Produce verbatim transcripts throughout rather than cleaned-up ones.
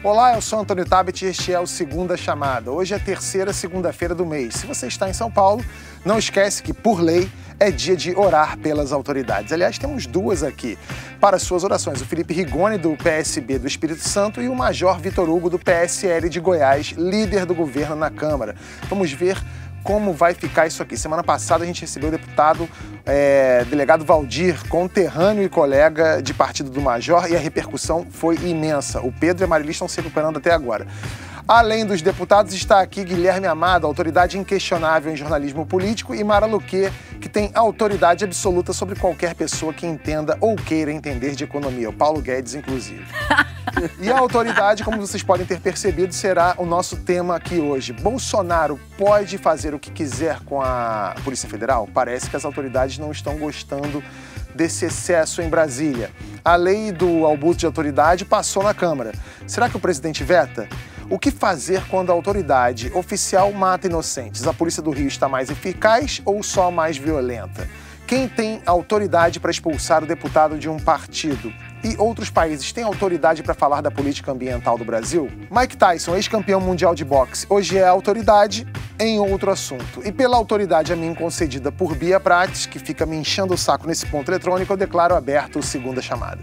Olá, eu sou Antônio Tabet e este é o Segunda Chamada. Hoje é a terceira segunda-feira do mês. Se você está em São Paulo, não esquece que, por lei, é dia de orar pelas autoridades. Aliás, temos duas aqui para suas orações. O Felipe Rigoni, do P S B do Espírito Santo, e o Major Vitor Hugo, do P S L de Goiás, líder do governo na Câmara. Vamos ver como vai ficar isso aqui. Semana passada a gente recebeu o deputado, é, delegado Valdir, conterrâneo e colega de partido do Major, e a repercussão foi imensa. O Pedro e a Marili estão se recuperando até agora. Além dos deputados, está aqui Guilherme Amado, autoridade inquestionável em jornalismo político, e Mara Luque, que tem autoridade absoluta sobre qualquer pessoa que entenda ou queira entender de economia. O Paulo Guedes, inclusive. E a autoridade, como vocês podem ter percebido, será o nosso tema aqui hoje. Bolsonaro pode fazer o que quiser com a Polícia Federal? Parece que as autoridades não estão gostando desse excesso em Brasília. A lei do abuso de autoridade passou na Câmara. Será que o presidente veta? O que fazer quando a autoridade oficial mata inocentes? A Polícia do Rio está mais eficaz ou só mais violenta? Quem tem autoridade para expulsar o deputado de um partido? E outros países têm autoridade para falar da política ambiental do Brasil? Mike Tyson, ex-campeão mundial de boxe, hoje é autoridade em outro assunto. E pela autoridade a mim concedida por Bia Prates, que fica me enchendo o saco nesse ponto eletrônico, eu declaro aberto o Segunda Chamada.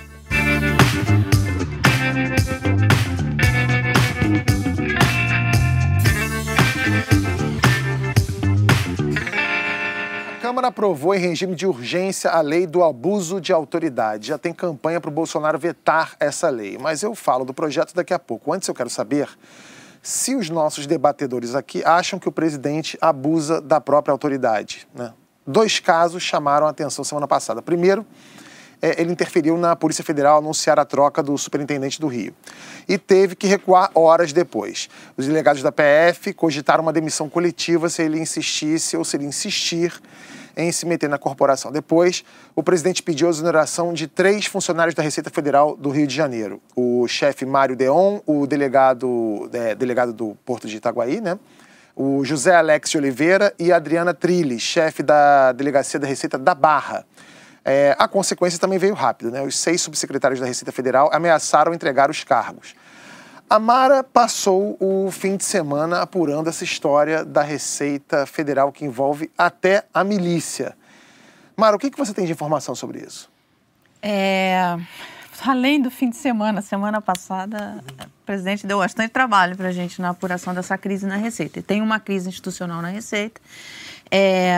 A Câmara aprovou em regime de urgência a lei do abuso de autoridade. Já tem campanha para o Bolsonaro vetar essa lei, mas eu falo do projeto daqui a pouco. Antes eu quero saber se os nossos debatedores aqui acham que o presidente abusa da própria autoridade, né? Dois casos chamaram a atenção semana passada. Primeiro, é, ele interferiu na Polícia Federal ao anunciar a troca do superintendente do Rio e teve que recuar horas depois. Os delegados da P F cogitaram uma demissão coletiva se ele insistisse ou se ele insistir em se meter na corporação. Depois, o presidente pediu a exoneração de três funcionários da Receita Federal do Rio de Janeiro. O chefe Mário Deon, o delegado, é, delegado do Porto de Itaguaí, né? O José Alex de Oliveira e a Adriana Trilli, chefe da Delegacia da Receita da Barra. É, a consequência também veio rápido, né? Os seis subsecretários da Receita Federal ameaçaram entregar os cargos. A Mara passou o fim de semana apurando essa história da Receita Federal que envolve até a milícia. Mara, o que você tem de informação sobre isso? É, além do fim de semana, semana passada, o presidente deu bastante trabalho para a gente na apuração dessa crise na Receita. E tem uma crise institucional na Receita. É,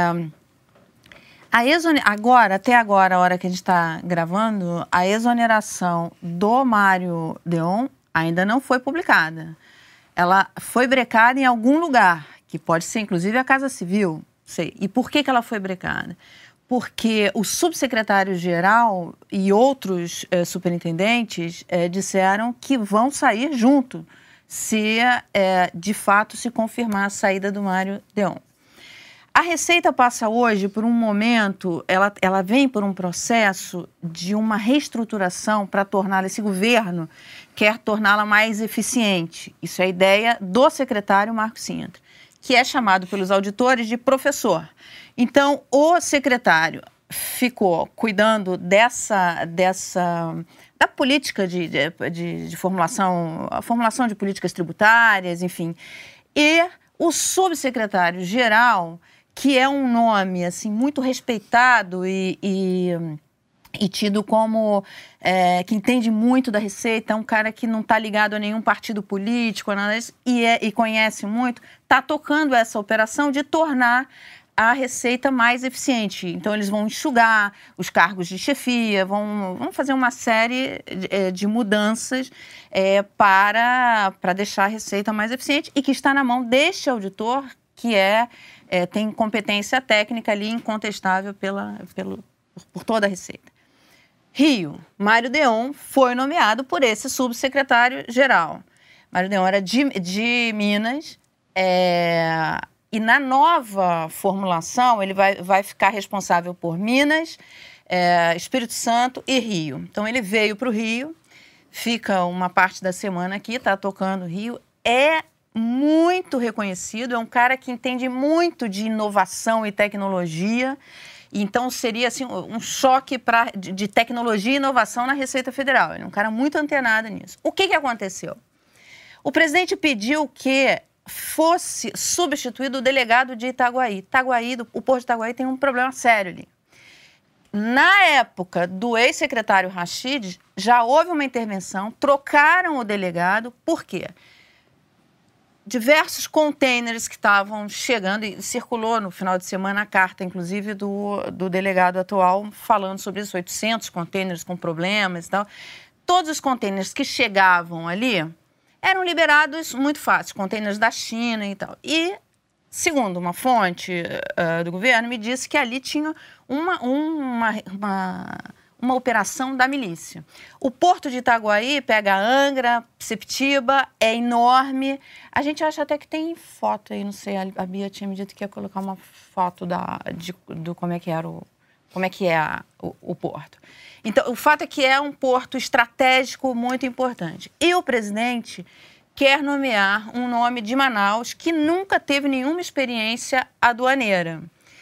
a exone... Agora, até agora, a hora que a gente está gravando, a exoneração do Mário Deon ainda não foi publicada. Ela foi brecada em algum lugar, que pode ser, inclusive, a Casa Civil. Sei. E por que que ela foi brecada? Porque o subsecretário-geral e outros eh, superintendentes eh, disseram que vão sair junto, se, eh, de fato, se confirmar a saída do Mário Deon. A Receita passa hoje por um momento, ela, ela vem por um processo de uma reestruturação para tornar esse governo, quer torná-la mais eficiente. Isso é a ideia do secretário Marco Sintra, que é chamado pelos auditores de professor. Então, o secretário ficou cuidando dessa, dessa da política de, de, de formulação, a formulação de políticas tributárias, enfim, e o subsecretário-geral, que é um nome assim, muito respeitado e, e, e tido como é, que entende muito da Receita, é um cara que não está ligado a nenhum partido político, nada disso, e, é, e conhece muito, está tocando essa operação de tornar a Receita mais eficiente. Então, eles vão enxugar os cargos de chefia, vão, vão fazer uma série de, de mudanças é, para, para deixar a Receita mais eficiente e que está na mão deste auditor, que é, é, tem competência técnica ali incontestável pela, pelo, por toda a Receita. Rio, Mário Deon foi nomeado por esse subsecretário-geral. Mário Deon era de, de Minas, é, e na nova formulação ele vai, vai ficar responsável por Minas, é, Espírito Santo e Rio. Então ele veio para o Rio, fica uma parte da semana aqui, está tocando Rio, é muito reconhecido, é um cara que entende muito de inovação e tecnologia, então seria assim, um choque pra, de, de tecnologia e inovação na Receita Federal. Ele é um cara muito antenado nisso. O que, que aconteceu? O presidente pediu que fosse substituído o delegado de Itaguaí. Itaguaí, o Porto de Itaguaí tem um problema sério ali. Na época do ex-secretário Rachid, já houve uma intervenção, trocaram o delegado, por quê? Diversos containers que estavam chegando, e circulou no final de semana a carta, inclusive, do, do delegado atual, falando sobre isso, oitocentos containers com problemas e tal. Todos os containers que chegavam ali eram liberados muito fácil, containers da China e tal. E, segundo uma fonte uh, do governo, me disse que ali tinha uma, uma, uma, uma operação da milícia. O Porto de Itaguaí pega Angra, Sepetiba, é enorme. A gente acha até que tem foto aí, não sei, a Bia tinha me dito que ia colocar uma foto da, de, do como é que era o, como é que é a, o, o porto. Então, o fato é que é um porto estratégico muito importante. E o presidente quer nomear um nome de Manaus que nunca teve nenhuma experiência aduaneira.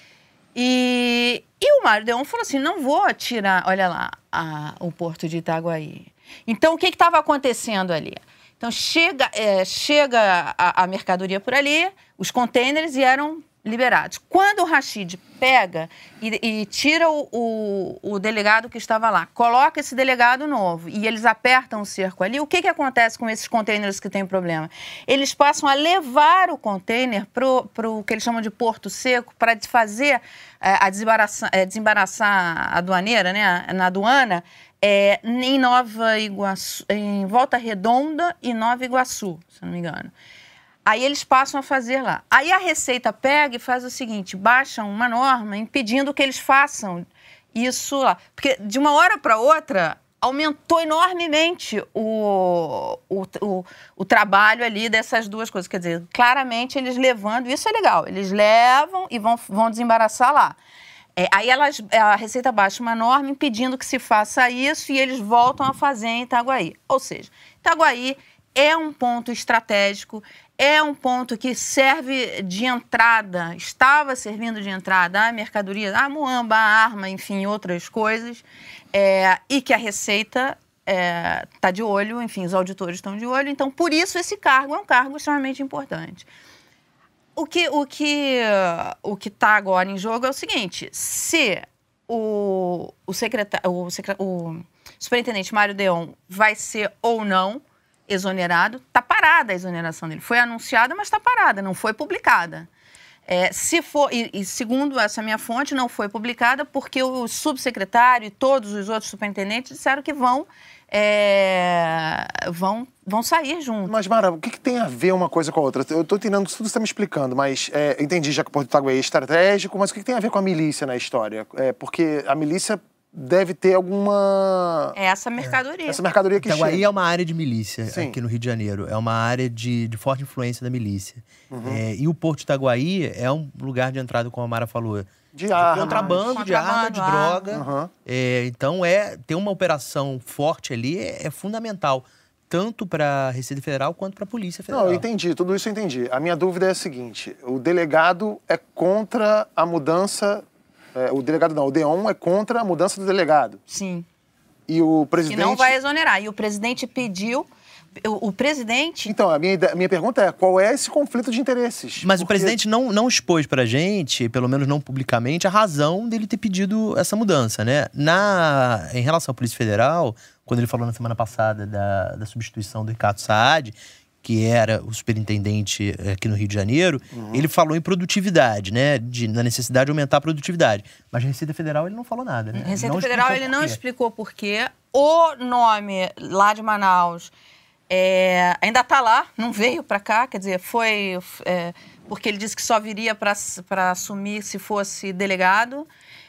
E, e o Mário Deon falou assim, não vou tirar, olha lá, a, o porto de Itaguaí. Então, o que estava acontecendo ali? Então, chega, é, chega a, a mercadoria por ali, os contêineres e eram liberados. Quando o Rachid pega e, e tira o, o, o delegado que estava lá, coloca esse delegado novo e eles apertam o cerco ali, o que, que acontece com esses contêineres que têm problema? Eles passam a levar o contêiner para o que eles chamam de porto seco, para fazer é, a desembaraçar, é, desembaraçar a aduaneira, né, na aduana, é, em Nova Iguaçu, em Volta Redonda e Nova Iguaçu, se não me engano. Aí eles passam a fazer lá. Aí a Receita pega e faz o seguinte, baixa uma norma impedindo que eles façam isso lá. Porque de uma hora para outra aumentou enormemente o, o, o, o trabalho ali dessas duas coisas. Quer dizer, claramente eles levando, isso é legal, eles levam e vão, vão desembaraçar lá. É, aí elas, a Receita baixa uma norma impedindo que se faça isso e eles voltam a fazer em Itaguaí. Ou seja, Itaguaí é um ponto estratégico, é um ponto que serve de entrada, estava servindo de entrada a mercadoria, a muamba, a arma, enfim, outras coisas, é, e que a Receita está é, de olho, enfim, os auditores estão de olho, então, por isso, esse cargo é um cargo extremamente importante. O que o que o que está agora em jogo é o seguinte, se o, o, secretário, o, secret, o superintendente Mário Deon vai ser ou não exonerado, está parada a exoneração dele. Foi anunciada, mas está parada, não foi publicada. É, se for, e, e segundo essa minha fonte, não foi publicada porque o subsecretário e todos os outros superintendentes disseram que vão, é, vão, vão sair juntos. Mas, Mara, o que, que tem a ver uma coisa com a outra? Eu estou entendendo tudo que você está me explicando, mas é, entendi já que o Porto de Itaguaí é estratégico, mas o que, que tem a ver com a milícia na história? É, porque a milícia deve ter alguma... É essa mercadoria. É. Essa mercadoria que Itaguaí chega. é uma área de milícia. Sim. Aqui no Rio de Janeiro. É uma área de, de forte influência da milícia. Uhum. É, e o Porto de Itaguaí é um lugar de entrada, como a Mara falou, de, de arma, contrabando, contrabando, de arma, de droga. Uhum. É, então, é, ter uma operação forte ali é, é fundamental. Tanto para a Receita Federal quanto para a Polícia Federal. Não, eu entendi. Tudo isso eu entendi. A minha dúvida é a seguinte. O delegado é contra a mudança... É, o delegado não, o Deon é contra a mudança do delegado. Sim. E o presidente... Que não vai exonerar. E o presidente pediu... O, o presidente... Então, a minha, a minha pergunta é, qual é esse conflito de interesses? Mas Porque... o presidente não, não expôs pra gente, pelo menos não publicamente, a razão dele ter pedido essa mudança, né? Na, em relação à Polícia Federal, quando ele falou na semana passada da, da substituição do Ricardo Saad, que era o superintendente aqui no Rio de Janeiro, uhum. ele falou em produtividade, né? De, na necessidade de aumentar a produtividade. Mas a Receita Federal ele não falou nada, né? Receita não Federal ele não explicou por quê. O nome lá de Manaus é, ainda está lá, não veio para cá, quer dizer, foi é, porque ele disse que só viria para assumir se fosse delegado.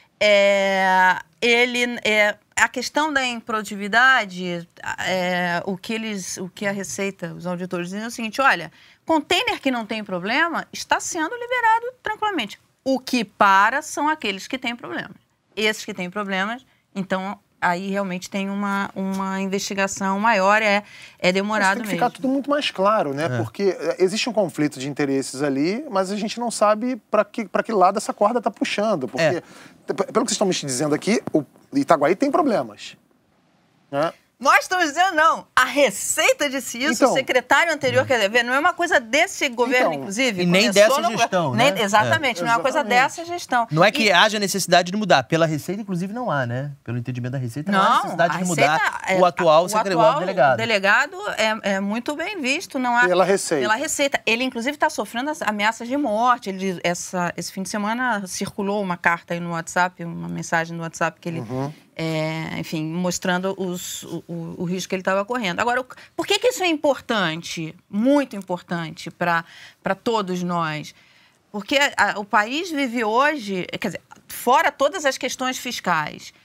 É, ele... É, a questão da improdutividade, é, o, que eles, o que a Receita, os auditores dizem é o seguinte, olha, container que não tem problema está sendo liberado tranquilamente. O que para são aqueles que têm problemas. Esses que têm problemas, então aí realmente tem uma, uma investigação maior, é, é demorado mesmo. Tem que ficar tudo muito mais claro, né? É. Porque existe um conflito de interesses ali, mas a gente não sabe para que, para que lado essa corda está puxando. Porque, é. pelo que vocês estão me dizendo aqui, o Itaguaí tem problemas. Né? Nós estamos dizendo não. A Receita disse isso, então, o secretário anterior, quer dizer, não é uma coisa desse governo, então, inclusive. E nem dessa no... gestão, nem, né? Exatamente, é. não é uma coisa Exatamente. dessa gestão. Não é que e... haja necessidade de mudar. Pela Receita, inclusive, não há, né? Pelo entendimento da Receita, não, Não, há necessidade de Receita, mudar é, o atual o secretário atual delegado. O delegado é, é muito bem visto. Não há, Pela Receita. Pela Receita. Ele, inclusive, está sofrendo as ameaças de morte. Ele, essa, esse fim de semana circulou uma carta aí no WhatsApp, uma mensagem no WhatsApp que ele... Uhum. É, enfim, mostrando os, o, o, o risco que ele estava correndo. Agora, por que, que isso é importante? Muito importante para todos nós. Porque a, o país vive hoje, quer dizer, fora todas as questões fiscais,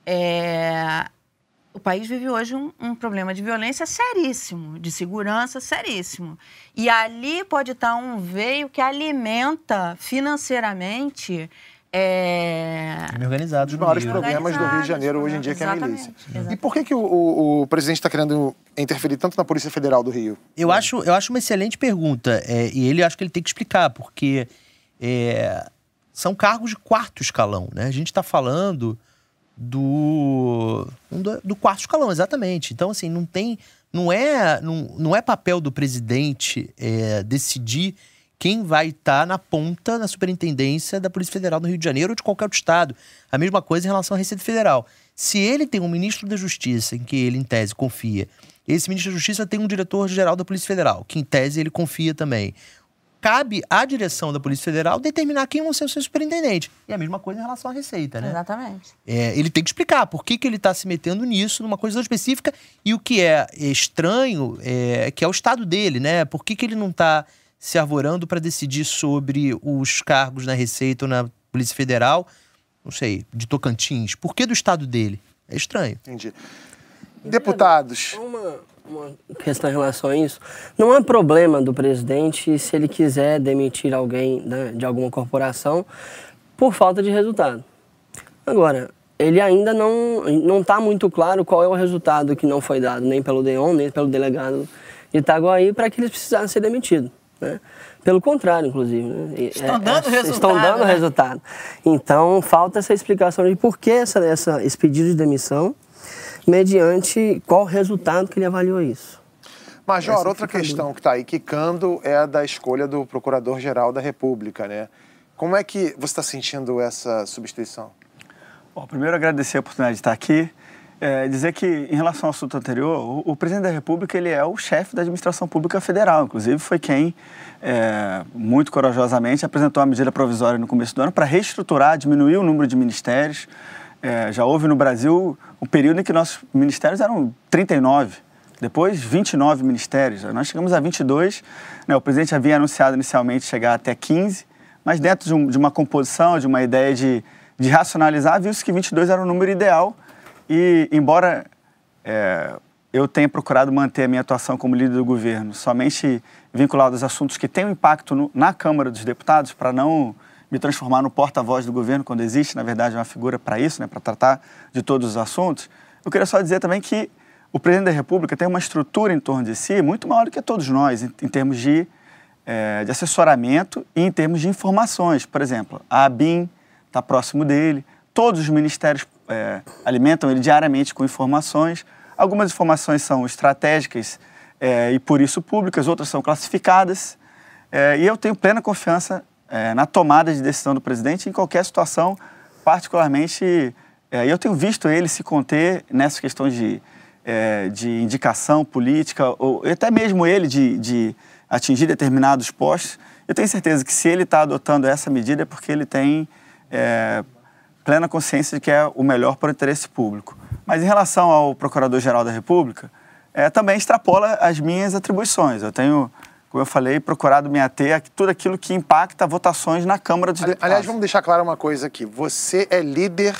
é, o país vive hoje um, um problema de violência seríssimo, de segurança seríssimo. E ali pode estar um veio que alimenta financeiramente... É... Crime organizado. Um dos maiores Rio. problemas do Rio de Janeiro hoje em dia, que é a Exatamente, milícia. exatamente. E por que, que o, o, o presidente está querendo interferir tanto na Polícia Federal do Rio? Eu acho, eu acho uma excelente pergunta. É, e ele acho que ele tem que explicar, porque é, são cargos de quarto escalão, né? A gente está falando do, do, do quarto escalão, exatamente. Então, assim, não tem. Não é, não, não é papel do presidente é, decidir quem vai estar na ponta da superintendência da Polícia Federal no Rio de Janeiro ou de qualquer outro estado. A mesma coisa em relação à Receita Federal. Se ele tem um ministro da Justiça em que ele, em tese, confia, esse ministro da Justiça tem um diretor-geral da Polícia Federal, que, em tese, ele confia também. Cabe à direção da Polícia Federal determinar quem vai ser o seu superintendente. E a mesma coisa em relação à Receita, né? Exatamente. É, ele tem que explicar por que, que ele está se metendo nisso, numa coisa tão específica, e o que é estranho é que é o estado dele, né? Por que, que ele não está se arvorando para decidir sobre os cargos na Receita ou na Polícia Federal, não sei, de Tocantins? Por que do estado dele? É estranho. Entendi. Deputados. Uma, uma questão em relação a isso. Não é problema do presidente se ele quiser demitir alguém, né, de alguma corporação por falta de resultado. Agora, ele ainda não não está muito claro qual é o resultado que não foi dado nem pelo DEON, nem pelo delegado de Itaguaí para que eles precisassem ser demitidos. Né? Pelo contrário, inclusive. Né? Estão é, dando é, resultado. Estão dando né? resultado. Então, falta essa explicação de por que essa, essa, esse pedido de demissão, mediante qual resultado que ele avaliou isso. Major, Essa outra fica questão que está aí quicando é a da escolha do Procurador-Geral da República, né? Como é que você está sentindo essa substituição? Bom, primeiro, agradecer a oportunidade de estar aqui. É, dizer que, em relação ao assunto anterior, o, o presidente da República ele é o chefe da administração pública federal. Inclusive, foi quem, é, muito corajosamente, apresentou a medida provisória no começo do ano para reestruturar, diminuir o número de ministérios. É, já houve no Brasil um período em que nossos ministérios eram trinta e nove, depois vinte e nove ministérios. Nós chegamos a vinte e dois, né? O presidente havia anunciado inicialmente chegar até quinze, mas dentro de, um, de uma composição, de uma ideia de, de racionalizar, viu-se que vinte e dois era o número ideal. E, embora é, eu tenha procurado manter a minha atuação como líder do governo somente vinculado aos assuntos que têm um impacto no, na Câmara dos Deputados, para não me transformar no porta-voz do governo, quando existe, na verdade, uma figura para isso, né, para tratar de todos os assuntos, eu queria só dizer também que o presidente da República tem uma estrutura em torno de si muito maior do que todos nós, em, em termos de, é, de assessoramento e em termos de informações. Por exemplo, a ABIN está próximo dele, todos os ministérios É, alimentam ele diariamente com informações. Algumas informações são estratégicas é, e, por isso, públicas, outras são classificadas. É, e eu tenho plena confiança é, na tomada de decisão do presidente em qualquer situação, particularmente... É, eu tenho visto ele se conter nessas questões de, é, de indicação política, ou até mesmo ele de, de atingir determinados postos. Eu tenho certeza que, se ele está adotando essa medida, é porque ele tem... É, plena consciência de que é o melhor para o interesse público. Mas, em relação ao Procurador-Geral da República, é, também extrapola as minhas atribuições. Eu tenho, como eu falei, procurado me ater a tudo aquilo que impacta votações na Câmara dos Deputados. Aliás, vamos deixar claro uma coisa aqui. Você é líder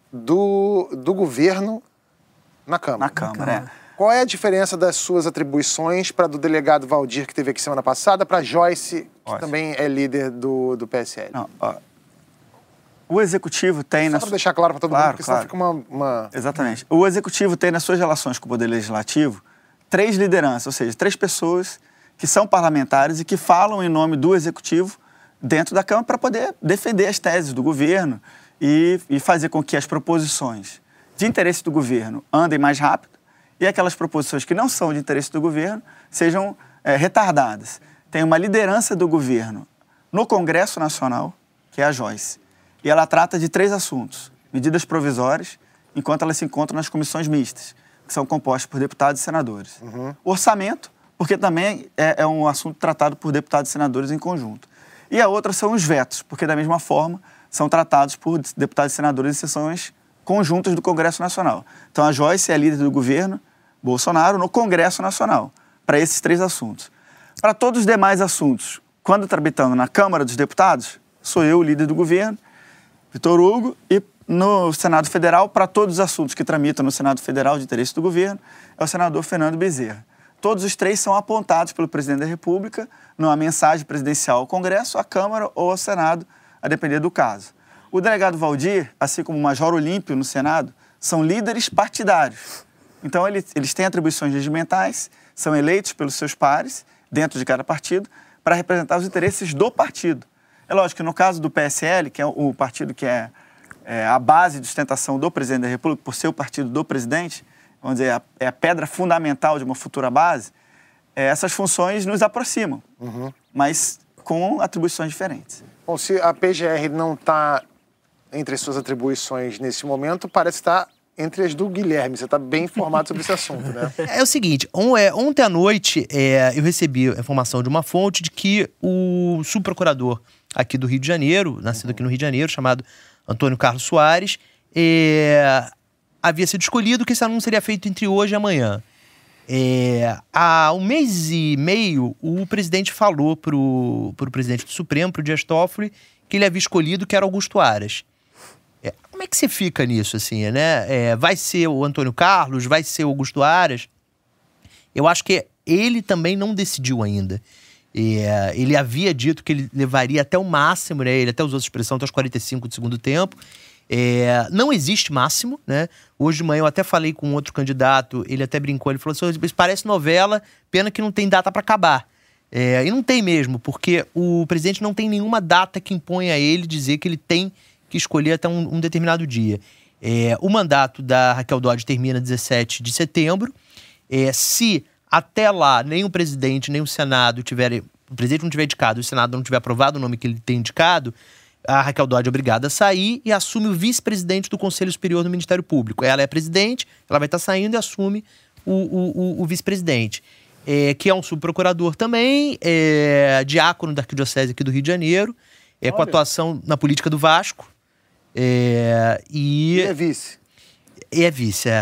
do, do governo na Câmara. Na Câmara, é. Qual é a diferença das suas atribuições para do delegado Valdir, que esteve aqui semana passada, para Joyce, que Ótimo. também é líder do, do P S L? Não, ó, o Executivo tem... Só na para deixar claro para todo claro, mundo, porque claro. senão fica uma, uma... Exatamente. O Executivo tem, nas suas relações com o Poder Legislativo, três lideranças, ou seja, três pessoas que são parlamentares e que falam em nome do Executivo dentro da Câmara para poder defender as teses do governo e, e fazer com que as proposições de interesse do governo andem mais rápido e aquelas proposições que não são de interesse do governo sejam é, retardadas. Tem uma liderança do governo no Congresso Nacional, que é a Joyce, e ela trata de três assuntos: medidas provisórias, enquanto elas se encontram nas comissões mistas, que são compostas por deputados e senadores. Uhum. Orçamento, porque também é, é um assunto tratado por deputados e senadores em conjunto. E a outra são os vetos, porque da mesma forma são tratados por deputados e senadores em sessões conjuntas do Congresso Nacional. Então a Joyce é a líder do governo Bolsonaro no Congresso Nacional, para esses três assuntos. Para todos os demais assuntos, quando tramitando na Câmara dos Deputados, sou eu o líder do governo, Vitor Hugo, e no Senado Federal, para todos os assuntos que tramitam no Senado Federal de interesse do governo, é o senador Fernando Bezerra. Todos os três são apontados pelo presidente da República numa mensagem presidencial ao Congresso, à Câmara ou ao Senado, a depender do caso. O delegado Valdir, assim como o Major Olímpio no Senado, são líderes partidários. Então, eles, eles têm atribuições regimentais, são eleitos pelos seus pares, dentro de cada partido, para representar os interesses do partido. É lógico que no caso do P S L, que é o partido que é, é a base de sustentação do presidente da República, por ser o partido do presidente, vamos dizer, a, é a pedra fundamental de uma futura base, é, essas funções nos aproximam, uhum. mas com atribuições diferentes. Bom, se a P G R não está entre as suas atribuições nesse momento, parece estar entre as do Guilherme. Você está bem informado sobre esse assunto, né? É o seguinte, on, é, ontem à noite é, eu recebi a informação de uma fonte de que o subprocurador aqui do Rio de Janeiro, nascido uhum. aqui no Rio de Janeiro, chamado Antônio Carlos Soares, é, havia sido escolhido, que esse anúncio seria feito entre hoje e amanhã. É, há um mês e meio, o presidente falou para o presidente do Supremo, para o Dias Toffoli, que ele havia escolhido, que era Augusto Aras. É, como é que você fica nisso, assim, né? É, vai ser o Antônio Carlos? Vai ser o Augusto Aras? Eu acho que ele também não decidiu ainda. É, ele havia dito que ele levaria até o máximo, né? Ele até usou essa expressão, até os quarenta e cinco do segundo tempo. É, não existe máximo, né? Hoje de manhã eu até falei com outro candidato, ele até brincou, ele falou assim, isso parece novela, pena que não tem data para acabar. É, e não tem mesmo, porque o presidente não tem nenhuma data que impõe a ele dizer que ele tem que escolher até um, um determinado dia. É, o mandato da Raquel Dodge termina dezessete de setembro. É, se até lá nem o presidente, nem o Senado tiverem... O presidente não tiver indicado, o Senado não tiver aprovado o nome que ele tem indicado, a Raquel Dodge é obrigada a sair e assume o vice-presidente do Conselho Superior do Ministério Público. Ela é presidente, ela vai estar saindo e assume o, o, o, o vice-presidente. É, que é um subprocurador também, é, diácono da Arquidiocese aqui do Rio de Janeiro, é, com atuação na política do Vasco. É, e... e é vice. E é vice, é.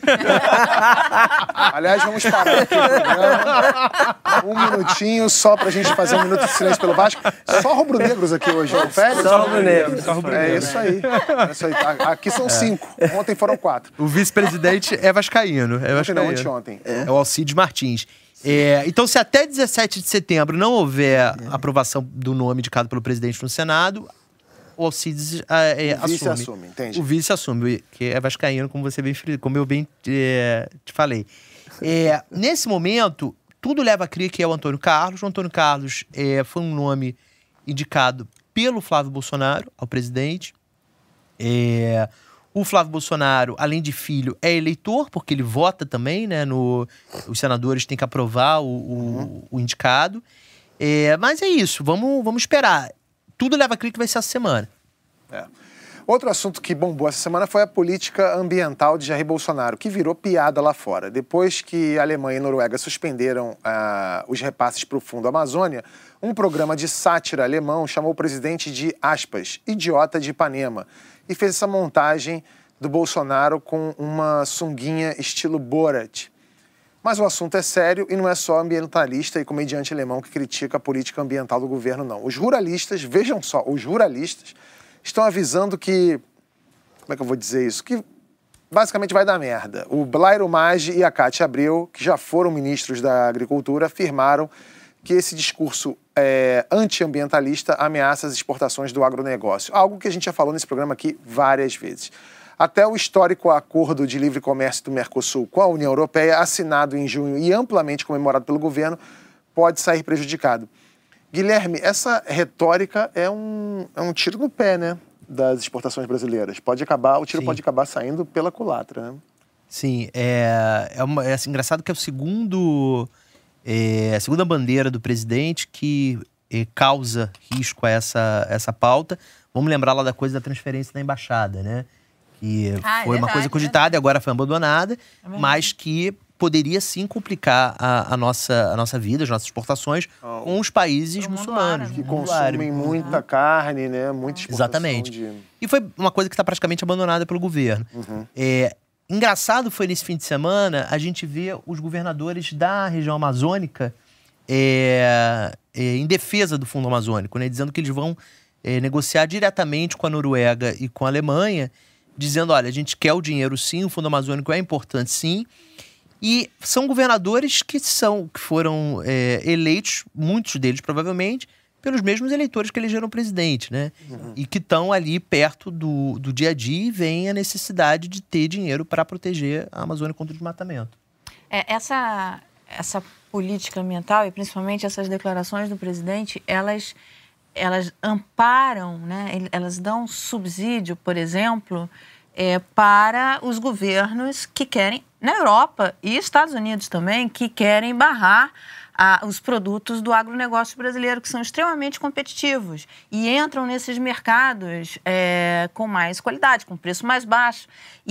Aliás, vamos parar aqui o programa. Um minutinho só pra gente fazer um minuto de silêncio pelo Vasco. Só rubro-negros aqui hoje, o Félix? Só rubro-negros. Rubro é isso aí. É isso aí. Aqui são é. cinco. Ontem foram quatro. O vice-presidente é vascaíno. É vascaíno. Ontem não, ontem. É, é o Alcides Martins. É, então, se até dezessete de setembro não houver é. aprovação do nome indicado pelo presidente no Senado, o Alcides é, o vice assume. assume, entende? O vice assume, que é vascaíno, como você bem, como eu bem é, te falei. É, nesse momento, tudo leva a crer que é o Antônio Carlos. O Antônio Carlos é, foi um nome indicado pelo Flávio Bolsonaro ao presidente. É, o Flávio Bolsonaro, além de filho, é eleitor, porque ele vota também, né? No, os senadores têm que aprovar o, o, uhum. o indicado. É, mas é isso, vamos, vamos esperar. Tudo leva a crer que vai ser essa semana. É. Outro assunto que bombou essa semana foi a política ambiental de Jair Bolsonaro, que virou piada lá fora. Depois que a Alemanha e a Noruega suspenderam uh, os repasses para o Fundo Amazônia, um programa de sátira alemão chamou o presidente de, aspas, idiota de Ipanema, e fez essa montagem do Bolsonaro com uma sunguinha estilo Borat. Mas o assunto é sério e não é só ambientalista e comediante alemão que critica a política ambiental do governo, não. Os ruralistas, vejam só, os ruralistas estão avisando que, como é que eu vou dizer isso? Que basicamente vai dar merda. O Blairo Maggi e a Cátia Abreu, que já foram ministros da Agricultura, afirmaram que esse discurso é, antiambientalista ameaça as exportações do agronegócio. Algo que a gente já falou nesse programa aqui várias vezes. Até o histórico acordo de livre comércio do Mercosul com a União Europeia, assinado em junho e amplamente comemorado pelo governo, pode sair prejudicado. Guilherme, essa retórica é um, é um tiro no pé, né, das exportações brasileiras. Pode acabar, o tiro Sim. pode acabar saindo pela culatra, né? Sim, é, é, uma, é assim, engraçado que é o segundo, é, a segunda bandeira do presidente que é, causa risco a essa, essa pauta. Vamos lembrar lá da coisa da transferência da embaixada, né? Que ah, foi é uma verdade, coisa cogitada e agora foi abandonada, é mas que poderia sim complicar a, a, nossa, a nossa vida, as nossas exportações oh. com os países muçulmanos. Que consomem muita carne, né? Muita exportação. Exatamente. De... E foi uma coisa que está praticamente abandonada pelo governo. Uhum. É, engraçado foi nesse fim de semana a gente ver os governadores da região amazônica é, é, em defesa do Fundo Amazônico, né? Dizendo que eles vão é, negociar diretamente com a Noruega e com a Alemanha, dizendo, olha, a gente quer o dinheiro sim, o Fundo Amazônico é importante sim. E são governadores que, são, que foram é, eleitos, muitos deles provavelmente, pelos mesmos eleitores que elegeram o presidente, né? Uhum. E que estão ali perto do, do dia a dia e veem a necessidade de ter dinheiro para proteger a Amazônia contra o desmatamento. É, essa, essa política ambiental e principalmente essas declarações do presidente, elas, elas amparam, né? Elas dão subsídio, por exemplo, é, para os governos que querem, na Europa e Estados Unidos também, que querem barrar ah, os produtos do agronegócio brasileiro, que são extremamente competitivos e entram nesses mercados é, com mais qualidade, com preço mais baixo.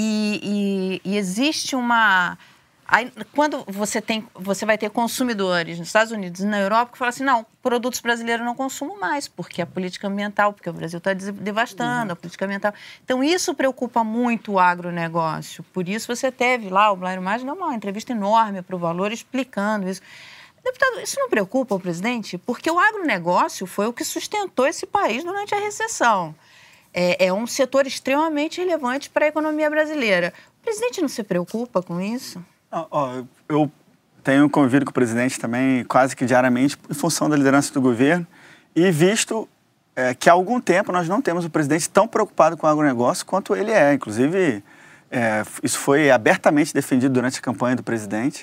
E, e, e existe uma... Aí, quando você, tem, você vai ter consumidores nos Estados Unidos e na Europa que falam assim, não, produtos brasileiros não consumo mais, porque a política ambiental, porque o Brasil está devastando uhum. a política ambiental. Então, isso preocupa muito o agronegócio. Por isso, você teve lá, o Blairo Maggi deu uma entrevista enorme para o Valor explicando isso. Deputado, isso não preocupa o presidente? Porque o agronegócio foi o que sustentou esse país durante a recessão. É, é um setor extremamente relevante para a economia brasileira. O presidente não se preocupa com isso? Ah, ó, eu tenho convivido com o presidente também quase que diariamente em função da liderança do governo e visto é, que há algum tempo nós não temos o presidente tão preocupado com o agronegócio quanto ele é. Inclusive, é, isso foi abertamente defendido durante a campanha do presidente.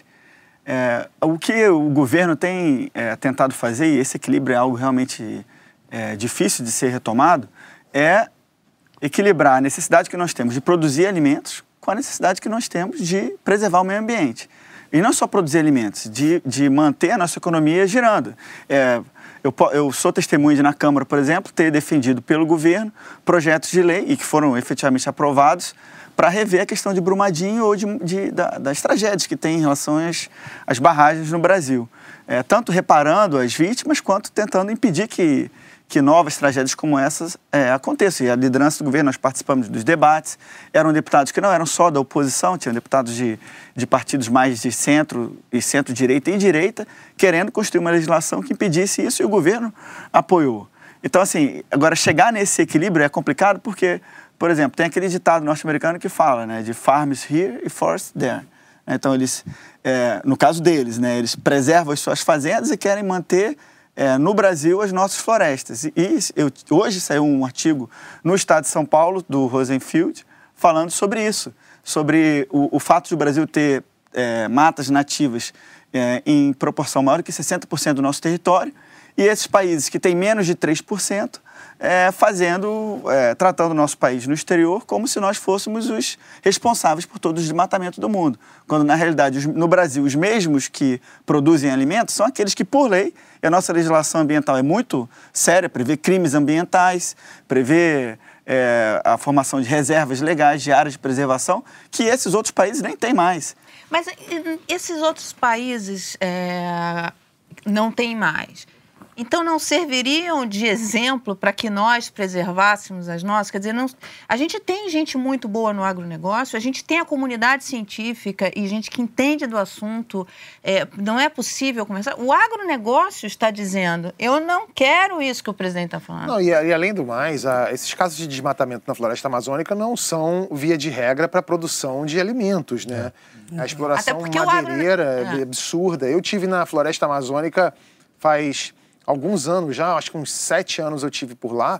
É, o que o governo tem é, tentado fazer, e esse equilíbrio é algo realmente é, difícil de ser retomado, é equilibrar a necessidade que nós temos de produzir alimentos com a necessidade que nós temos de preservar o meio ambiente. E não só produzir alimentos, de, de manter a nossa economia girando. É, eu, eu sou testemunha de, na Câmara, por exemplo, ter defendido pelo governo projetos de lei, e que foram efetivamente aprovados, para rever a questão de Brumadinho ou de, de, da, das tragédias que tem em relação às, às barragens no Brasil. É, tanto reparando as vítimas, quanto tentando impedir que, que novas tragédias como essas é, aconteçam. E a liderança do governo, nós participamos dos debates, eram deputados que não eram só da oposição, tinham deputados de, de partidos mais de centro, e centro-direita e direita, querendo construir uma legislação que impedisse isso, e o governo apoiou. Então, assim, agora chegar nesse equilíbrio é complicado porque, por exemplo, tem aquele ditado norte-americano que fala, né, de farms here e forests there. Então, eles, é, no caso deles, né, eles preservam as suas fazendas e querem manter é, no Brasil as nossas florestas. E, e eu, hoje saiu um artigo no estado de São Paulo, do Rosenfield, falando sobre isso, sobre o, o fato de o Brasil ter é, matas nativas é, em proporção maior que sessenta por cento do nosso território, e esses países que têm menos de três por cento é, fazendo, é, tratando o nosso país no exterior como se nós fôssemos os responsáveis por todo o desmatamento do mundo. Quando, na realidade, os, no Brasil, os mesmos que produzem alimentos são aqueles que, por lei, e a nossa legislação ambiental é muito séria, prevê crimes ambientais, prevê é, a formação de reservas legais de áreas de preservação, que esses outros países nem têm mais. Mas esses outros países é, não têm mais. Então, não serviriam de exemplo para que nós preservássemos as nossas? Quer dizer, não, a gente tem gente muito boa no agronegócio, a gente tem a comunidade científica e gente que entende do assunto. É, não é possível começar. O agronegócio está dizendo, eu não quero isso que o presidente está falando. Não, e, e além do mais, a, esses casos de desmatamento na floresta amazônica não são, via de regra, para a produção de alimentos, né? É. A exploração madeireira agro... é absurda. Eu tive na floresta amazônica faz... alguns anos já, acho que uns sete anos eu tive por lá,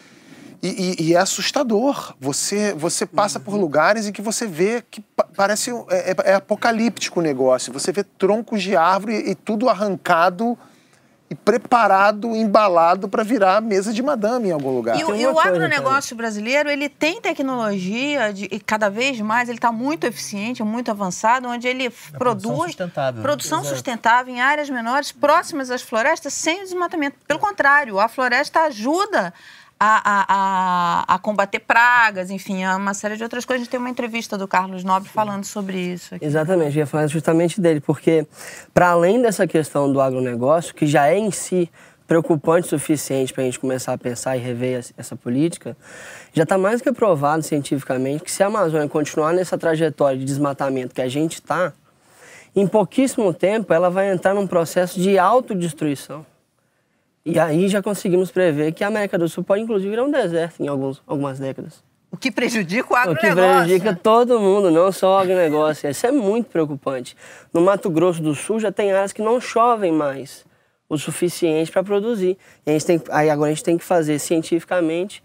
e, e, e é assustador. Você, você passa por lugares em que você vê que parece, é, é apocalíptico o negócio. Você vê troncos de árvore e tudo arrancado, e e preparado, embalado para virar mesa de madame em algum lugar. E, o, e o agronegócio brasileiro, ele tem tecnologia, de, e cada vez mais ele está muito eficiente, muito avançado, onde ele a produz produção sustentável, produção Exato. sustentável em áreas menores, próximas às florestas, sem o desmatamento. Pelo contrário, a floresta ajuda A, a, a, a combater pragas, enfim, uma série de outras coisas. A gente tem uma entrevista do Carlos Nobre falando sobre isso aqui. Exatamente, eu ia falar justamente dele, porque para além dessa questão do agronegócio, que já é em si preocupante o suficiente para a gente começar a pensar e rever essa política, já está mais que provado cientificamente que se a Amazônia continuar nessa trajetória de desmatamento que a gente está, em pouquíssimo tempo ela vai entrar num processo de autodestruição. E aí já conseguimos prever que a América do Sul pode, inclusive, virar um deserto em alguns, algumas décadas. O que prejudica o O agronegócio. que prejudica todo mundo, não só o agronegócio. Isso é muito preocupante. No Mato Grosso do Sul já tem áreas que não chovem mais o suficiente para produzir. E a gente tem, aí agora a gente tem que fazer cientificamente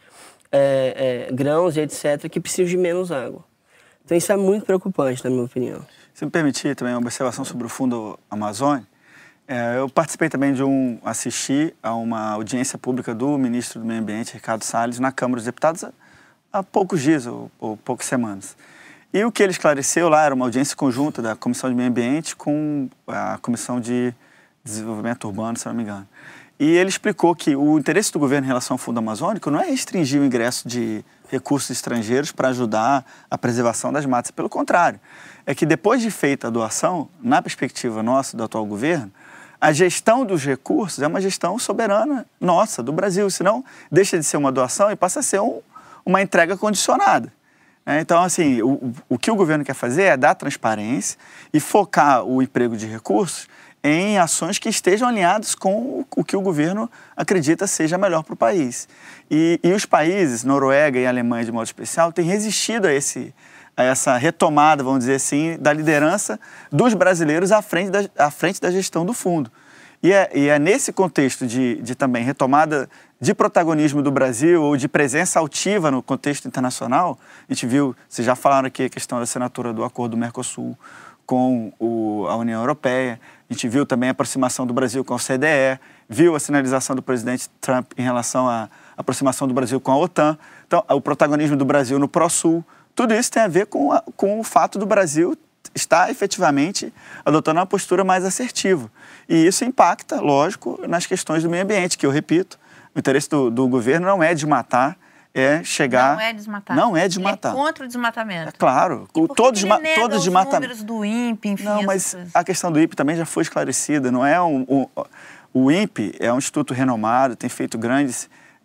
é, é, grãos e etcétera que precisam de menos água. Então isso é muito preocupante, na minha opinião. Se me permitir também uma observação sobre o Fundo Amazônia, É, eu participei também de um, assisti a uma audiência pública do ministro do Meio Ambiente, Ricardo Salles, na Câmara dos Deputados há, há poucos dias ou, ou poucas semanas. E o que ele esclareceu lá era uma audiência conjunta da Comissão de Meio Ambiente com a Comissão de Desenvolvimento Urbano, se não me engano. E ele explicou que o interesse do governo em relação ao Fundo Amazônico não é restringir o ingresso de recursos estrangeiros para ajudar a preservação das matas. Pelo contrário, é que depois de feita a doação, na perspectiva nossa, do atual governo, a gestão dos recursos é uma gestão soberana nossa, do Brasil, senão deixa de ser uma doação e passa a ser um, uma entrega condicionada. É, então, assim, o, o que o governo quer fazer é dar transparência e focar o emprego de recursos em ações que estejam alinhadas com o que o governo acredita seja melhor para o país. E, e os países, Noruega e Alemanha de modo especial, têm resistido a esse... a essa retomada, vamos dizer assim, da liderança dos brasileiros à frente da, à frente da gestão do fundo. E é, e é nesse contexto de, de também retomada de protagonismo do Brasil ou de presença altiva no contexto internacional, a gente viu, vocês já falaram aqui a questão da assinatura do acordo do Mercosul com o, a União Europeia, a gente viu também a aproximação do Brasil com a O C D E, viu a sinalização do presidente Trump em relação à aproximação do Brasil com a OTAN, então o protagonismo do Brasil no Pró-Sul. Tudo isso tem a ver com, a, com o fato do Brasil estar efetivamente adotando uma postura mais assertiva. E isso impacta, lógico, nas questões do meio ambiente, que eu repito, o interesse do, do governo não é desmatar, é chegar... Não é desmatar. Não é desmatar. Ele é contra o desmatamento. É claro. E por todos que ele nega todos os desmatam... números do INPE, enfim... Não, mas essas... a questão do INPE também já foi esclarecida. Não é um, um, o INPE é um instituto renomado, tem feito grandes...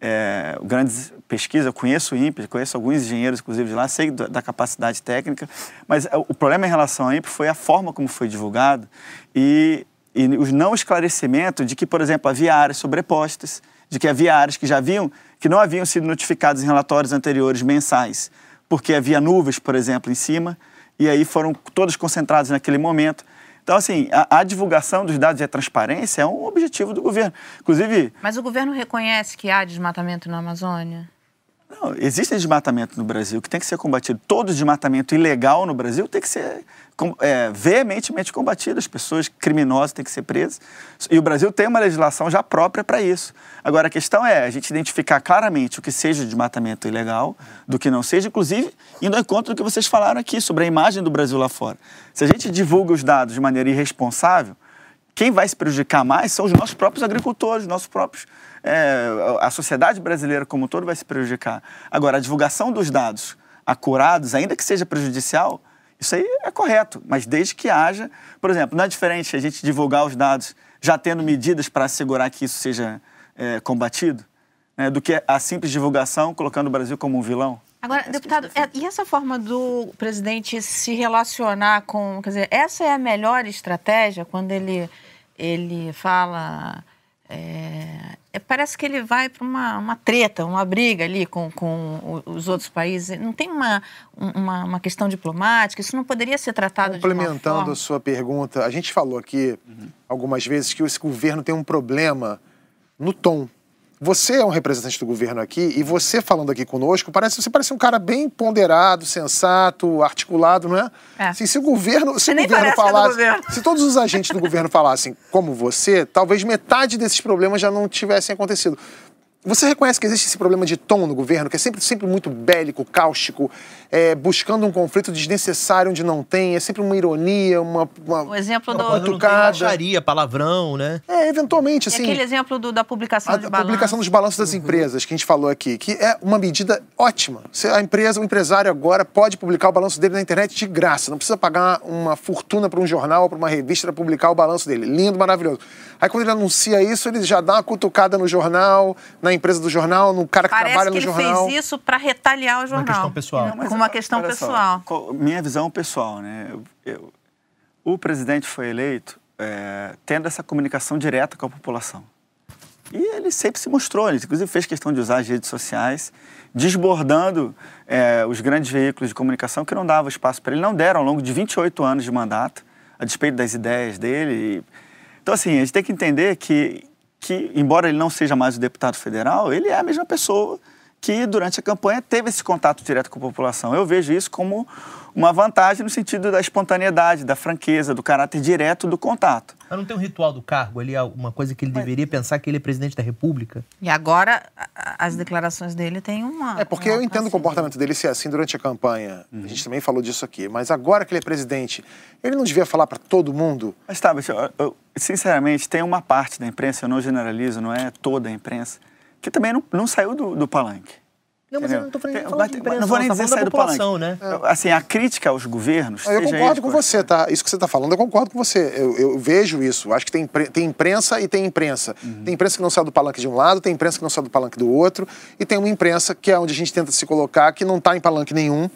É, grandes pesquisas, eu conheço o INPE, conheço alguns engenheiros, inclusive, de lá, sei da, da capacidade técnica, mas o problema em relação ao INPE foi a forma como foi divulgado e, e os não esclarecimentos de que, por exemplo, havia áreas sobrepostas, de que havia áreas que já haviam, que não haviam sido notificadas em relatórios anteriores mensais, porque havia nuvens, por exemplo, em cima, e aí foram todas concentradas naquele momento. Então, assim, a, a divulgação dos dados e a transparência é um objetivo do governo. Inclusive... Mas o governo reconhece que há desmatamento na Amazônia? Não, existe desmatamento no Brasil que tem que ser combatido. Todo desmatamento ilegal no Brasil tem que ser é, veementemente combatido. As pessoas criminosas têm que ser presas. E o Brasil tem uma legislação já própria para isso. Agora, a questão é a gente identificar claramente o que seja desmatamento ilegal, do que não seja, inclusive indo ao encontro do que vocês falaram aqui sobre a imagem do Brasil lá fora. Se a gente divulga os dados de maneira irresponsável, quem vai se prejudicar mais são os nossos próprios agricultores, os nossos próprios... É, a sociedade brasileira como um todo vai se prejudicar. Agora, a divulgação dos dados acurados, ainda que seja prejudicial, isso aí é correto, mas desde que haja... Por exemplo, não é diferente a gente divulgar os dados já tendo medidas para assegurar que isso seja é, combatido, né, do que a simples divulgação colocando o Brasil como um vilão? Agora, deputado, é, e essa forma do presidente se relacionar com... Quer dizer, essa é a melhor estratégia quando ele, ele fala... É, parece que ele vai para uma, uma treta, uma briga ali com, com os outros países. Não tem uma, uma, uma questão diplomática? Isso não poderia ser tratado de uma forma... Complementando a sua pergunta, a gente falou aqui uhum. algumas vezes que esse governo tem um problema no tom. você é um representante do governo aqui e você falando aqui conosco, parece, você parece um cara bem ponderado, sensato, articulado, não é? É. Assim, se o governo, se Você o nem governo parece que é do falasse, governo. se todos os agentes do governo falassem como você, talvez metade desses problemas já não tivessem acontecido. Você reconhece que existe esse problema de tom no governo, que é sempre, sempre muito bélico, cáustico, é, buscando um conflito desnecessário onde não tem, é sempre uma ironia, uma, uma O exemplo do... uma Quando não tem cutucada. baixaria, palavrão, né? É, eventualmente, E assim... aquele exemplo do, da publicação A, de a balanço. publicação dos balanços das empresas, que a gente falou aqui, que é uma medida ótima. Se a empresa, o empresário agora pode publicar o balanço dele na internet de graça. Não precisa pagar uma fortuna para um jornal ou para uma revista para publicar o balanço dele. Lindo, maravilhoso. Aí quando ele anuncia isso, ele já dá uma cutucada no jornal, na empresa do jornal, no cara que Parece trabalha que no ele jornal. fez isso para retaliar o jornal. questão pessoal. Com uma questão olha só, pessoal. co- minha visão pessoal, né? Eu- eu- o presidente foi eleito é, tendo essa comunicação direta com a população. E ele sempre se mostrou, ele inclusive fez questão de usar as redes sociais, desbordando é, os grandes veículos de comunicação que não davam espaço para ele, não deram ao longo de vinte e oito anos de mandato, a despeito das ideias dele. E... Então, assim, a gente tem que entender que, que, embora ele não seja mais o deputado federal, ele é a mesma pessoa que, durante a campanha, teve esse contato direto com a população. Eu vejo isso como uma vantagem no sentido da espontaneidade, da franqueza, do caráter direto do contato. Mas não tem um ritual do cargo ali, uma coisa que ele deveria pensar que ele é presidente da República? E agora, a- as declarações dele têm uma... É, porque uma eu entendo o alcance. comportamento dele ser assim durante a campanha. A gente também falou disso aqui. Mas agora que ele é presidente, ele não devia falar para todo mundo? Mas tá, mas eu, eu, sinceramente, tem uma parte da imprensa, eu não generalizo, não é toda a imprensa, que também não, não saiu do, do palanque. Não, mas eu não tô falando, Tem- falando mas de tem- imprensa, não vou nem tá dizer falando sair da do palanque. população, né? Eu- Assim, a crítica aos governos... Eu seja concordo eles com quais você, tá? Isso que você está falando, eu concordo com você. Eu, eu vejo isso. Acho que tem, impre- tem imprensa e tem imprensa. Uhum. Tem imprensa que não sai do palanque de um lado, tem imprensa que não sai do palanque do outro, e tem uma imprensa que é onde a gente tenta se colocar, que não está em palanque nenhum.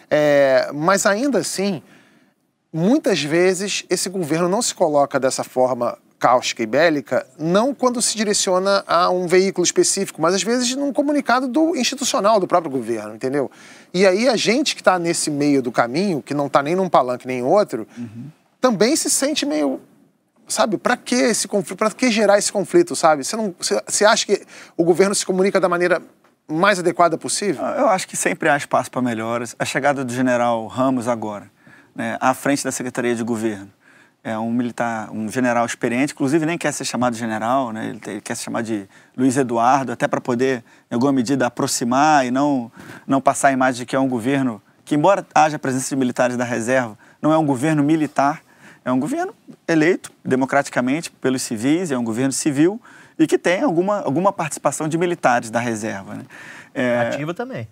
É, mas ainda assim, muitas vezes esse governo não se coloca dessa forma cáustica e bélica, não quando se direciona a um veículo específico, mas às vezes num comunicado do institucional do próprio governo, entendeu? E aí a gente que está nesse meio do caminho, que não está nem num palanque nem em outro, Uhum. também se sente meio, sabe, para que esse conflito, para que gerar esse conflito, sabe? Você não, você, você acha que o governo se comunica da maneira mais adequada possível? Eu acho que sempre há espaço para melhoras. A chegada do general Ramos agora, né, à frente da Secretaria de Governo, é um militar, um general experiente, inclusive nem quer ser chamado de general, né, ele, tem- ele quer se chamar de Luiz Eduardo, até para poder, em alguma medida, aproximar e não, não passar a imagem de que é um governo que, embora haja a presença de militares da reserva, não é um governo militar, é um governo eleito democraticamente pelos civis, é um governo civil e que tem alguma, alguma participação de militares da reserva, né. É, Ativa também.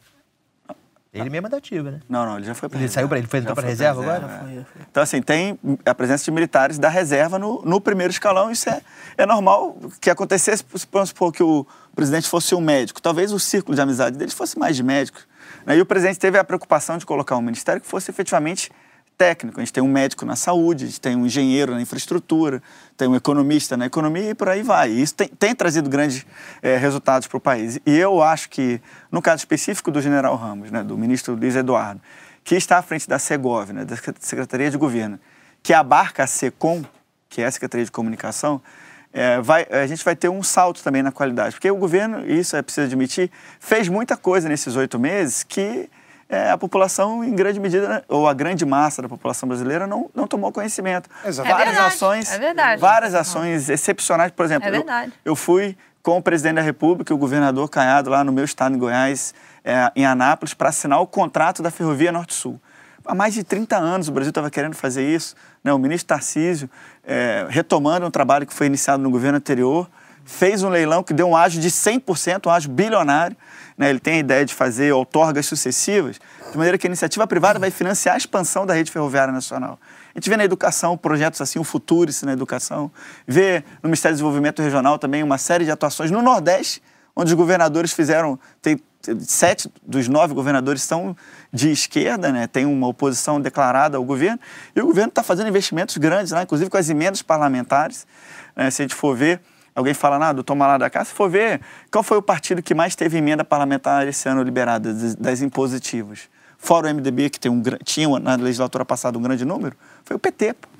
Ele mesmo é da ativa, né? Não, não, ele já foi para Ele saiu pra- ele foi entrar pra reserva agora? é. Então, assim, tem a presença de militares da reserva no, no primeiro escalão. Isso é, é normal que acontecesse, vamos supor que o presidente fosse um médico. Talvez o círculo de amizade deles fosse mais de médicos, né? E o presidente teve a preocupação de colocar um ministério que fosse efetivamente técnico. A gente tem um médico na saúde, a gente tem um engenheiro na infraestrutura, tem um economista na economia e por aí vai. E isso tem, tem trazido grandes eh, resultados para o país. E eu acho que, no caso específico do general Ramos, né, do ministro Luiz Eduardo, que está à frente da Segov, né, da Secretaria de Governo, que abarca a SECOM, que é a Secretaria de Comunicação, eh, vai, a gente vai ter um salto também na qualidade. Porque o governo, e isso é preciso admitir, fez muita coisa nesses oito meses que É, a população, em grande medida, ou a grande massa da população brasileira, não, não tomou conhecimento. Exato. É Várias verdade, ações, é verdade. várias ações excepcionais. Por exemplo, É eu, verdade. eu fui com o presidente da República, o governador Caiado, lá no meu estado, em Goiás, é, em Anápolis, para assinar o contrato da Ferrovia Norte-Sul. Há mais de trinta anos o Brasil estava querendo fazer isso, né? O ministro Tarcísio, é, retomando um trabalho que foi iniciado no governo anterior, fez um leilão que deu um ágio de cem por cento, um ágio bilionário. Né? Ele tem a ideia de fazer outorgas sucessivas, de maneira que a iniciativa privada vai financiar a expansão da rede ferroviária nacional. A gente vê na educação projetos assim, o Futurice na educação, vê no Ministério do Desenvolvimento Regional também uma série de atuações no Nordeste, onde os governadores fizeram, tem, sete dos nove governadores são de esquerda, né? Tem uma oposição declarada ao governo, e o governo está fazendo investimentos grandes lá, inclusive com as emendas parlamentares. Né? Se a gente for ver, alguém fala, ah, doutor Malá da Cá, se for ver, qual foi o partido que mais teve emenda parlamentar esse ano liberada, das, das impositivas? Fora o M D B, que tem um, tinha na legislatura passada um grande número, foi o P T. Pô.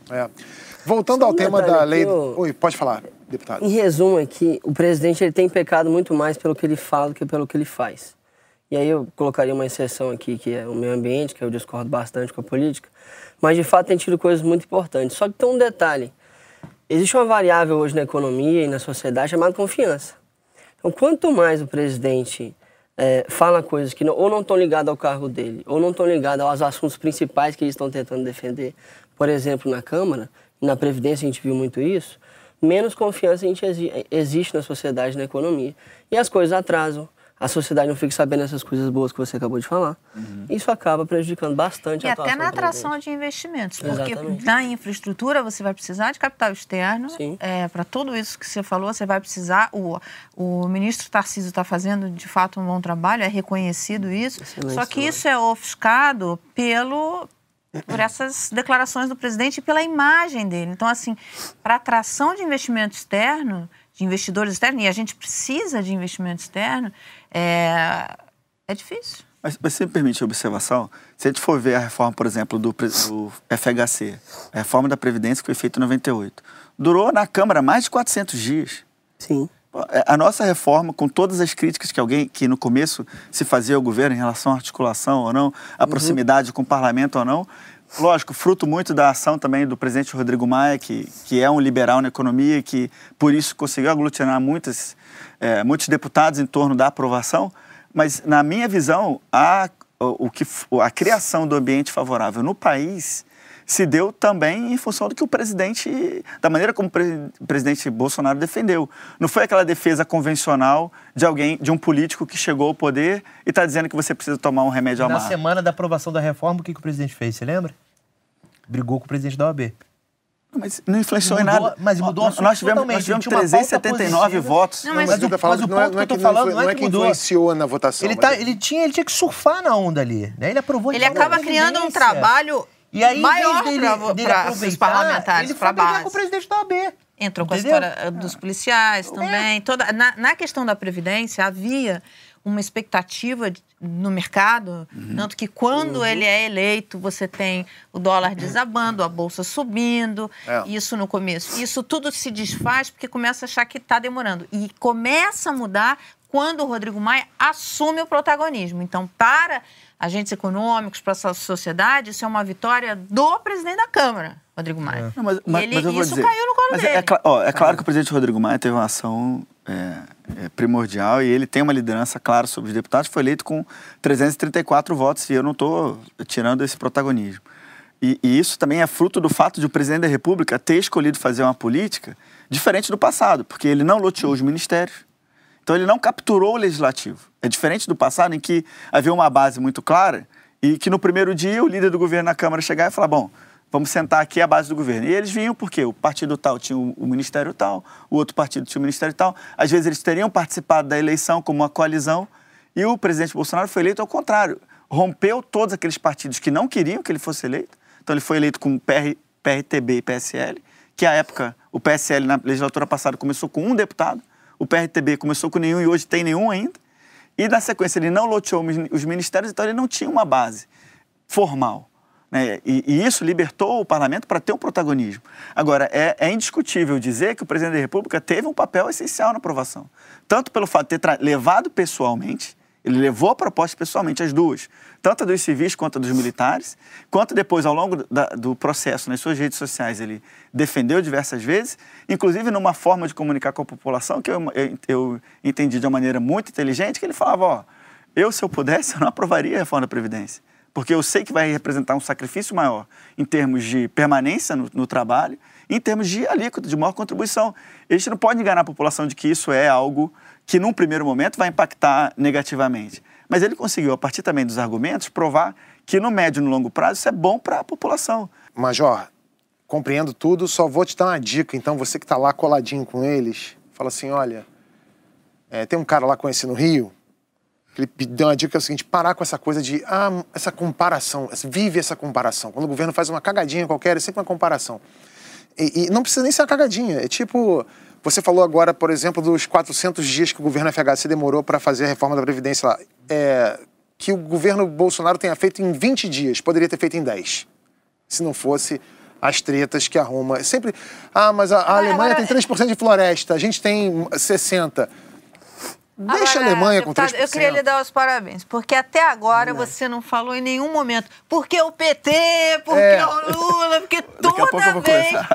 É. Voltando ao um tema da lei... eu... Oi, pode falar, deputado. Em resumo aqui, o presidente ele tem pecado muito mais pelo que ele fala do que pelo que ele faz. E aí eu colocaria uma exceção aqui, que é o meio ambiente, que eu discordo bastante com a política, mas de fato tem tido coisas muito importantes. Só que tem um detalhe. Existe uma variável hoje na economia e na sociedade chamada confiança. Então, quanto mais o presidente é, fala coisas que não, ou não estão ligadas ao cargo dele, ou não estão ligadas aos assuntos principais que eles estão tentando defender, por exemplo, na Câmara, na Previdência a gente viu muito isso, menos confiança a gente exi- existe na sociedade e na economia. E as coisas atrasam. A sociedade não fica sabendo essas coisas boas que você acabou de falar. Uhum. Isso acaba prejudicando bastante e a atuação. E até na do atração presidente. de investimentos. Porque Exatamente. na infraestrutura você vai precisar de capital externo. É, para tudo isso que você falou, você vai precisar... O, o ministro Tarcísio está fazendo, de fato, um bom trabalho, é reconhecido isso. Excelente Só que trabalho. Isso é ofuscado pelo... por essas declarações do presidente e pela imagem dele. Então, assim, para atração de investimento externo, de investidores externos, e a gente precisa de investimento externo, é, é difícil. Mas, mas você me permite a observação? Se a gente for ver a reforma, por exemplo, do, do F H C, a reforma da Previdência que foi feita em noventa e oito, durou na Câmara mais de quatrocentos dias. Sim. A nossa reforma, com todas as críticas que alguém que no começo se fazia ao governo em relação à articulação ou não, a uhum. proximidade com o parlamento ou não, lógico, fruto muito da ação também do presidente Rodrigo Maia, que, que é um liberal na economia, que por isso conseguiu aglutinar muitas, é, muitos deputados em torno da aprovação, mas na minha visão, a, o que, a criação do ambiente favorável no país se deu também em função do que o presidente, da maneira como o, pre, o presidente Bolsonaro defendeu. Não foi aquela defesa convencional de alguém, de um político que chegou ao poder e está dizendo que você precisa tomar um remédio amargo. Na semana da aprovação da reforma, o que, que o presidente fez? Você lembra? Brigou com o presidente da O A B. Mas não influenciou mudou, em nada. Mas mudou nós, nós tivemos, nós tivemos trezentos e setenta e nove votos. Não, mas, mas, o, mas o ponto que eu tô falando não é que influenciou na votação. Ele, tá, ele, tinha, ele tinha que surfar na onda ali. Né? Ele aprovou. Ele acaba criando um trabalho... E aí, maior para os parlamentares, para a base. Com o presidente da O A B. Entrou com Entendeu? a história dos policiais também. É. Toda, na, na questão da Previdência, havia uma expectativa no mercado, uhum. tanto que quando uhum. ele é eleito, você tem o dólar desabando, a bolsa subindo, é. isso no começo. Isso tudo se desfaz porque começa a achar que está demorando. E começa a mudar quando o Rodrigo Maia assume o protagonismo. Então, para agentes econômicos, para a sociedade, isso é uma vitória do presidente da Câmara, Rodrigo Maia. Não, mas, mas, ele, mas eu vou isso dizer, caiu no colo mas dele. É, é, ó, é claro que o presidente Rodrigo Maia teve uma ação é, é, primordial e ele tem uma liderança clara sobre os deputados, foi eleito com trezentos e trinta e quatro votos e eu não estou tirando esse protagonismo. E, e isso também é fruto do fato de o presidente da República ter escolhido fazer uma política diferente do passado, porque ele não loteou os ministérios. Então, ele não capturou o legislativo. É diferente do passado, em que havia uma base muito clara e que no primeiro dia o líder do governo na Câmara chegava e falava, bom, vamos sentar aqui a base do governo. E eles vinham porque o partido tal tinha o ministério tal, o outro partido tinha o ministério tal. Às vezes, eles teriam participado da eleição como uma coalizão e o presidente Bolsonaro foi eleito ao contrário. Rompeu todos aqueles partidos que não queriam que ele fosse eleito. Então, ele foi eleito com P R, P R T B e P S L, que à época, o P S L na legislatura passada começou com um deputado, o P R T B começou com nenhum e hoje tem nenhum ainda. E, na sequência, ele não loteou os ministérios, então ele não tinha uma base formal. Né? E, e isso libertou o parlamento para ter um protagonismo. Agora, é, é indiscutível dizer que o presidente da República teve um papel essencial na aprovação. Tanto pelo fato de ter levado pessoalmente, ele levou a proposta pessoalmente, as duas, tanto a dos civis quanto a dos militares, quanto depois, ao longo da, do processo, nas suas redes sociais, ele defendeu diversas vezes, inclusive numa forma de comunicar com a população que eu, eu, eu entendi de uma maneira muito inteligente, que ele falava, ó, eu, se eu pudesse, eu não aprovaria a reforma da Previdência, porque eu sei que vai representar um sacrifício maior em termos de permanência no, no trabalho, em termos de alíquota, de maior contribuição. A gente não pode enganar a população de que isso é algo que, num primeiro momento, vai impactar negativamente. Mas ele conseguiu, a partir também dos argumentos, provar que, no médio e no longo prazo, isso é bom para a população. Major, compreendo tudo, só vou te dar uma dica. Então, você que está lá coladinho com eles, fala assim, olha, é, tem um cara lá conhecido no Rio, que ele deu uma dica, é o seguinte, parar com essa coisa de, ah, essa comparação, vive essa comparação. Quando o governo faz uma cagadinha qualquer, é sempre uma comparação. E, e não precisa nem ser uma cagadinha, é tipo... Você falou agora, por exemplo, dos quatrocentos dias que o governo F H C demorou para fazer a reforma da Previdência lá. É, que o governo Bolsonaro tenha feito em vinte dias, poderia ter feito em dez. Se não fosse as tretas que arruma. Sempre, ah, mas a, a Alemanha tem três por cento de floresta, a gente tem sessenta por cento. Deixa agora, a Alemanha deputado, com três por cento. Eu queria lhe dar os parabéns, porque até agora não. você não falou em nenhum momento porque o P T, porque é. o Lula, porque toda vez que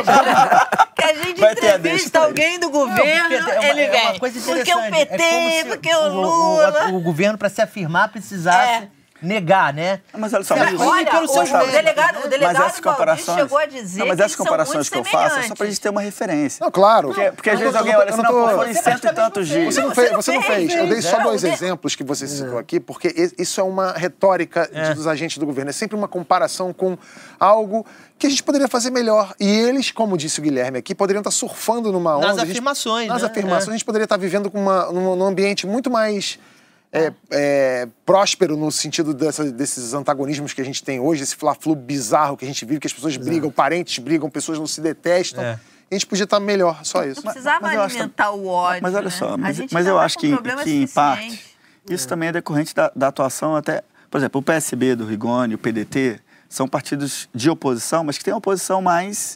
a, que a gente entrevista alguém do governo, não, é, ele é vem. Porque o P T, é porque o Lula... O, o, o governo, para se afirmar, precisasse... É. negar, né? Mas olha só, mas, olha, pelo seu o delegado, o delegado mas essas comparações, chegou a dizer não, mas essas que comparações que eu faço é só pra gente ter uma referência. Não, claro. Porque, porque às vezes alguém olha assim, não, tô... não foi cento e tantos dias. Você não fez, você não fez. Eu dei só dois exemplos que você citou aqui, porque isso é uma retórica é. dos agentes do governo. É sempre uma comparação com algo que a gente poderia fazer melhor. E eles, como disse o Guilherme aqui, poderiam estar surfando numa onda. Nas afirmações, gente, Nas né? afirmações, é. a gente poderia estar vivendo com uma, num, num ambiente muito mais... É, é, próspero no sentido dessa, desses antagonismos que a gente tem hoje, esse fla-flu bizarro que a gente vive, que as pessoas Exato. brigam, parentes brigam, pessoas não se detestam. É. A gente podia estar melhor, só isso. Não precisava mas, mas alimentar que, o ódio, Mas olha né? só, mas, mas eu acho que, que em parte, isso é. também é decorrente da, da atuação até... Por exemplo, o P S B do Rigoni, o P D T, são partidos de oposição, mas que têm uma oposição mais...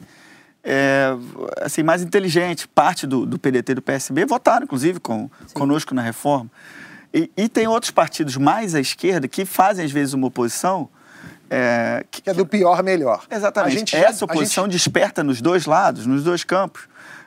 É, assim, mais inteligente. Parte do, do P D T e do P S B votaram, inclusive, com, conosco na reforma. E, e tem outros partidos mais à esquerda que fazem, às vezes, uma oposição... É, que, que é do pior melhor. Exatamente. A gente Essa já, oposição gente... desperta nos dois lados, nos dois campos.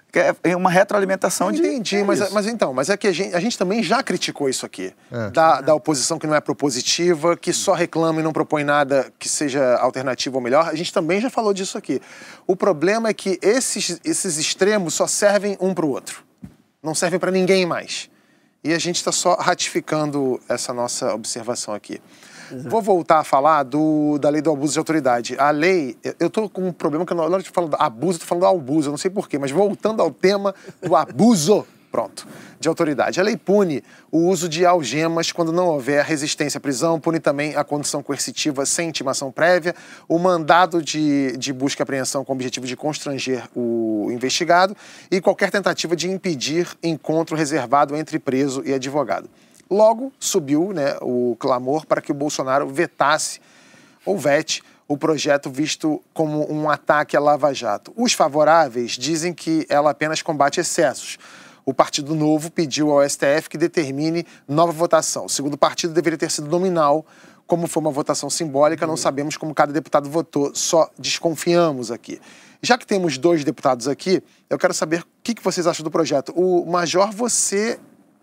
É uma retroalimentação Eu de... Entendi, é mas, mas então, mas é que a gente, a gente também já criticou isso aqui. É. Da, da oposição que não é propositiva, que só reclama e não propõe nada que seja alternativo ou melhor. A gente também já falou disso aqui. O problema é que esses, esses extremos só servem um para o outro. Não servem para ninguém mais. E a gente está só ratificando essa nossa observação aqui. Exato. Vou voltar a falar do, da lei do abuso de autoridade. A lei, eu estou com um problema que na hora de falar do abuso, eu estou falando do abuso, eu não sei porquê, mas voltando ao tema do abuso, pronto, de autoridade. A lei pune o uso de algemas quando não houver resistência à prisão, pune também a condição coercitiva sem intimação prévia, o mandado de, de busca e apreensão com o objetivo de constranger o investigado e qualquer tentativa de impedir encontro reservado entre preso e advogado. Logo, subiu, né, o clamor para que o Bolsonaro vetasse ou vete o projeto visto como um ataque à Lava Jato. Os favoráveis dizem que ela apenas combate excessos. O Partido Novo pediu ao S T F que determine nova votação. Segundo o partido, deveria ter sido nominal, como foi uma votação simbólica, não sabemos como cada deputado votou, só desconfiamos aqui. Já que temos dois deputados aqui, eu quero saber o que vocês acham do projeto. O Major, você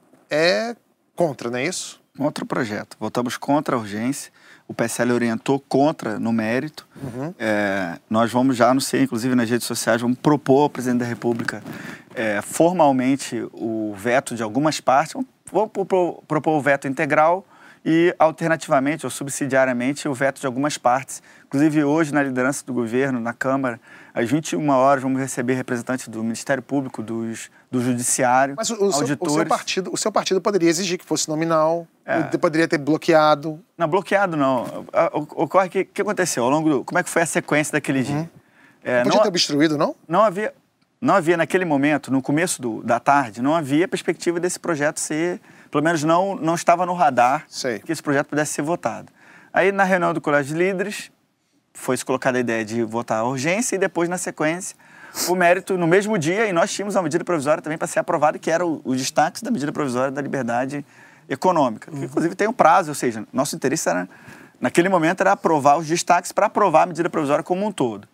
é... contra, não é isso? Contra o projeto. Votamos contra a urgência. O P S L orientou contra no mérito. Uhum. É, nós vamos já anunciar, inclusive nas redes sociais, vamos propor ao presidente da República é, formalmente o veto de algumas partes. Vamos propor, propor o veto integral e, alternativamente ou subsidiariamente, o veto de algumas partes. Inclusive, hoje, na liderança do governo, na Câmara, às vinte e uma horas, vamos receber representantes do Ministério Público, dos, do Judiciário, Mas o, o auditores. Seu, o, seu partido, o seu partido poderia exigir que fosse nominal, é. poderia ter bloqueado. Não, bloqueado não. Ocorre que o que aconteceu ao longo do... Como é que foi a sequência daquele uhum. dia? É, podia não, ter obstruído, não? Não havia, não havia, naquele momento, no começo do, da tarde, não havia perspectiva desse projeto ser... Pelo menos não, não estava no radar Sei. que esse projeto pudesse ser votado. Aí, na reunião do Colégio de Líderes, foi-se colocada a ideia de votar a urgência e depois, na sequência, o mérito no mesmo dia, e nós tínhamos uma medida provisória também para ser aprovada, que era o, o destaque da medida provisória da liberdade econômica. Que, inclusive, tem um prazo, ou seja, nosso interesse era, naquele momento era aprovar os destaques para aprovar a medida provisória como um todo.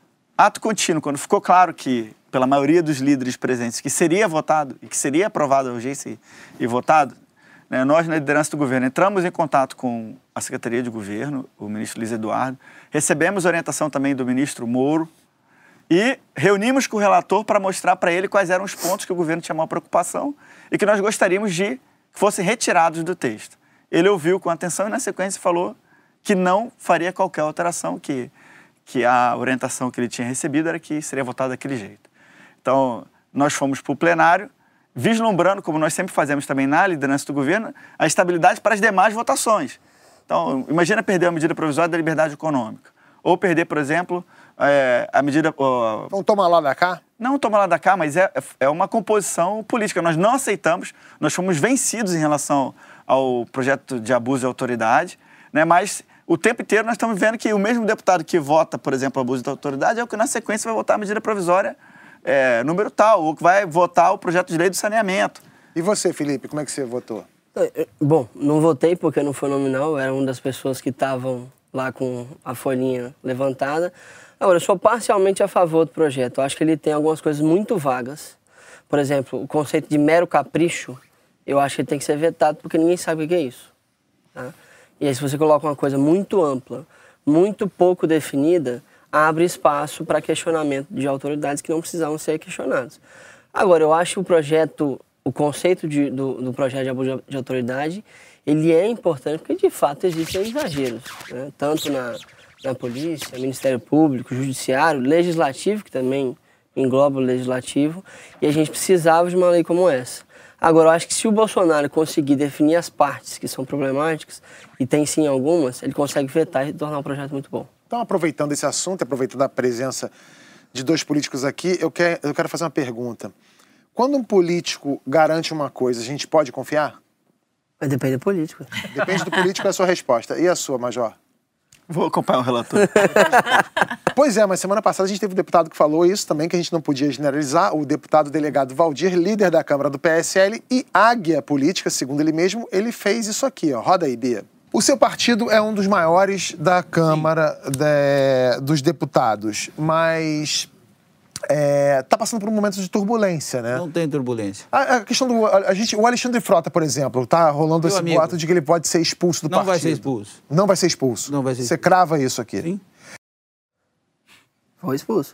Ato contínuo, quando ficou claro que, pela maioria dos líderes presentes, que seria votado e que seria aprovada a urgência e, e votado, né, nós, na liderança do governo, entramos em contato com a Secretaria de Governo, o ministro Luiz Eduardo, recebemos orientação também do ministro Moro e reunimos com o relator para mostrar para ele quais eram os pontos que o governo tinha maior preocupação e que nós gostaríamos de que fossem retirados do texto. Ele ouviu com atenção e, na sequência, falou que não faria qualquer alteração, que, que a orientação que ele tinha recebido era que seria votado daquele jeito. Então, nós fomos para o plenário, vislumbrando, como nós sempre fazemos também na liderança do governo, a estabilidade para as demais votações. Então, imagina perder a medida provisória da liberdade econômica. Ou perder, por exemplo, é, a medida... Uh... Vamos tomar lá da cá? Não tomar lá da cá, mas é, é uma composição política. Nós não aceitamos, nós fomos vencidos em relação ao projeto de abuso de autoridade, né? Mas o tempo inteiro nós estamos vendo que o mesmo deputado que vota, por exemplo, o abuso da autoridade é o que na sequência vai votar a medida provisória é, número tal, ou que vai votar o projeto de lei do saneamento. E você, Felipe, como é que você votou? Bom, não votei porque não foi nominal, eu era uma das pessoas que estavam lá com a folhinha levantada. Agora, eu sou parcialmente a favor do projeto. Eu acho que ele tem algumas coisas muito vagas. Por exemplo, o conceito de mero capricho, eu acho que ele tem que ser vetado porque ninguém sabe o que é isso. Tá? E aí, se você coloca uma coisa muito ampla, muito pouco definida, abre espaço para questionamento de autoridades que não precisavam ser questionados. Agora, eu acho que o projeto, o conceito de, do, do projeto de abuso de autoridade, ele é importante porque, de fato, existem exageros, né? Tanto na, na polícia, Ministério Público, Judiciário, Legislativo, que também engloba o Legislativo, e a gente precisava de uma lei como essa. Agora, eu acho que se o Bolsonaro conseguir definir as partes que são problemáticas, e tem sim algumas, ele consegue vetar e tornar um projeto muito bom. Então, aproveitando esse assunto, aproveitando a presença de dois políticos aqui, eu quero, eu quero fazer uma pergunta. Quando um político garante uma coisa, a gente pode confiar? Mas depende do político. Depende do político é a sua resposta. E a sua, Major? Vou acompanhar o relator. Pois é, mas semana passada a gente teve um deputado que falou isso também, que a gente não podia generalizar, o deputado delegado Valdir, líder da Câmara do P S L e águia política, segundo ele mesmo, ele fez isso aqui, ó. Roda aí, Bia. O seu partido é um dos maiores da Câmara de, dos Deputados, mas é, tá passando por um momento de turbulência, né? Não tem turbulência. A, a questão do... A gente, o Alexandre Frota, por exemplo, tá rolando Meu esse amigo, boato de que ele pode ser expulso do não partido. vai ser expulso. Não vai ser expulso. Não vai ser Você expulso. crava isso aqui? Sim. Foi expulso.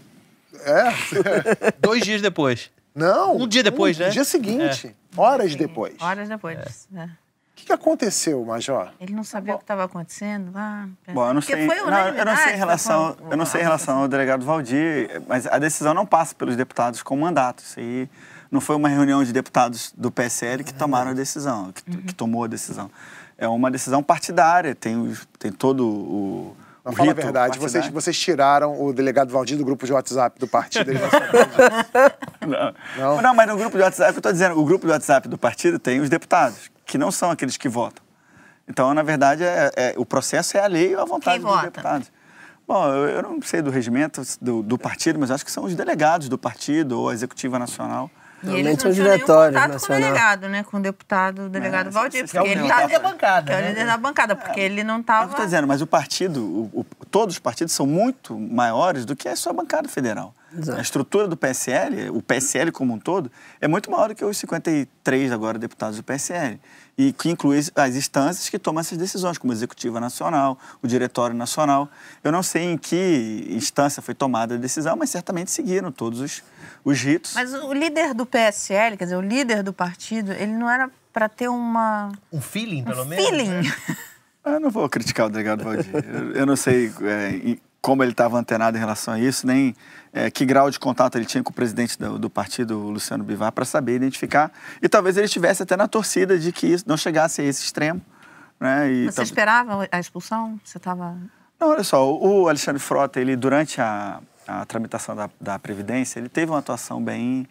É? Dois dias depois. Não. Um dia depois, um, né? dia seguinte. Horas depois. Horas depois. É. O que, que aconteceu, Major? Ele não sabia o que estava acontecendo lá. Bom, eu não Porque sei, foi não, eu não sei em unanimidade, relação, foi- eu não sei em relação ao delegado Valdir, mas a decisão não passa pelos deputados com mandato. Isso aí não foi uma reunião de deputados do P S L que tomaram a decisão, que, que tomou a decisão. É uma decisão partidária, tem, os, tem todo o, Não, o fala a rito verdade, vocês, partidário. vocês tiraram o delegado Valdir do grupo de WhatsApp do partido. Ele não sabe disso. Não. Não? Não, mas no grupo de WhatsApp, eu estou dizendo, o grupo de WhatsApp do partido tem os deputados, que não são aqueles que votam. Então, na verdade, é, é, o processo é alheio à vontade Quem dos vota? deputados. Bom, eu, eu não sei do regimento do, do partido, mas acho que são os delegados do partido ou a executiva nacional. E eles Normalmente não é o tinham nenhum diretório contato nacional. com o delegado, né? Com o deputado, o delegado É, Valdir. esse é o Porque ele líder tá... da bancada, Que é o né? líder da bancada, porque ele não estava... Eu estou dizendo, mas o partido, o, o, todos os partidos são muito maiores do que a sua bancada federal. Exato. A estrutura do P S L, o P S L como um todo, é muito maior do que os cinquenta e três agora deputados do P S L. E que inclui as instâncias que tomam essas decisões, como a Executiva Nacional, o Diretório Nacional. Eu não sei em que instância foi tomada a decisão, mas certamente seguiram todos os, os ritos. Mas o líder do P S L, quer dizer, o líder do partido, ele não era para ter uma... Um feeling, pelo um menos? feeling. né? Eu não vou criticar o delegado Valdir. Eu, eu não sei é, em- como ele estava antenado em relação a isso, nem é, que grau de contato ele tinha com o presidente do, do partido, o Luciano Bivar, para saber identificar. E talvez ele estivesse até na torcida de que isso não chegasse a esse extremo. Né? E Você tal- esperava a expulsão? Você estava... Não, olha só, o Alexandre Frota, ele, durante a, a tramitação da, da Previdência, ele teve uma atuação bem,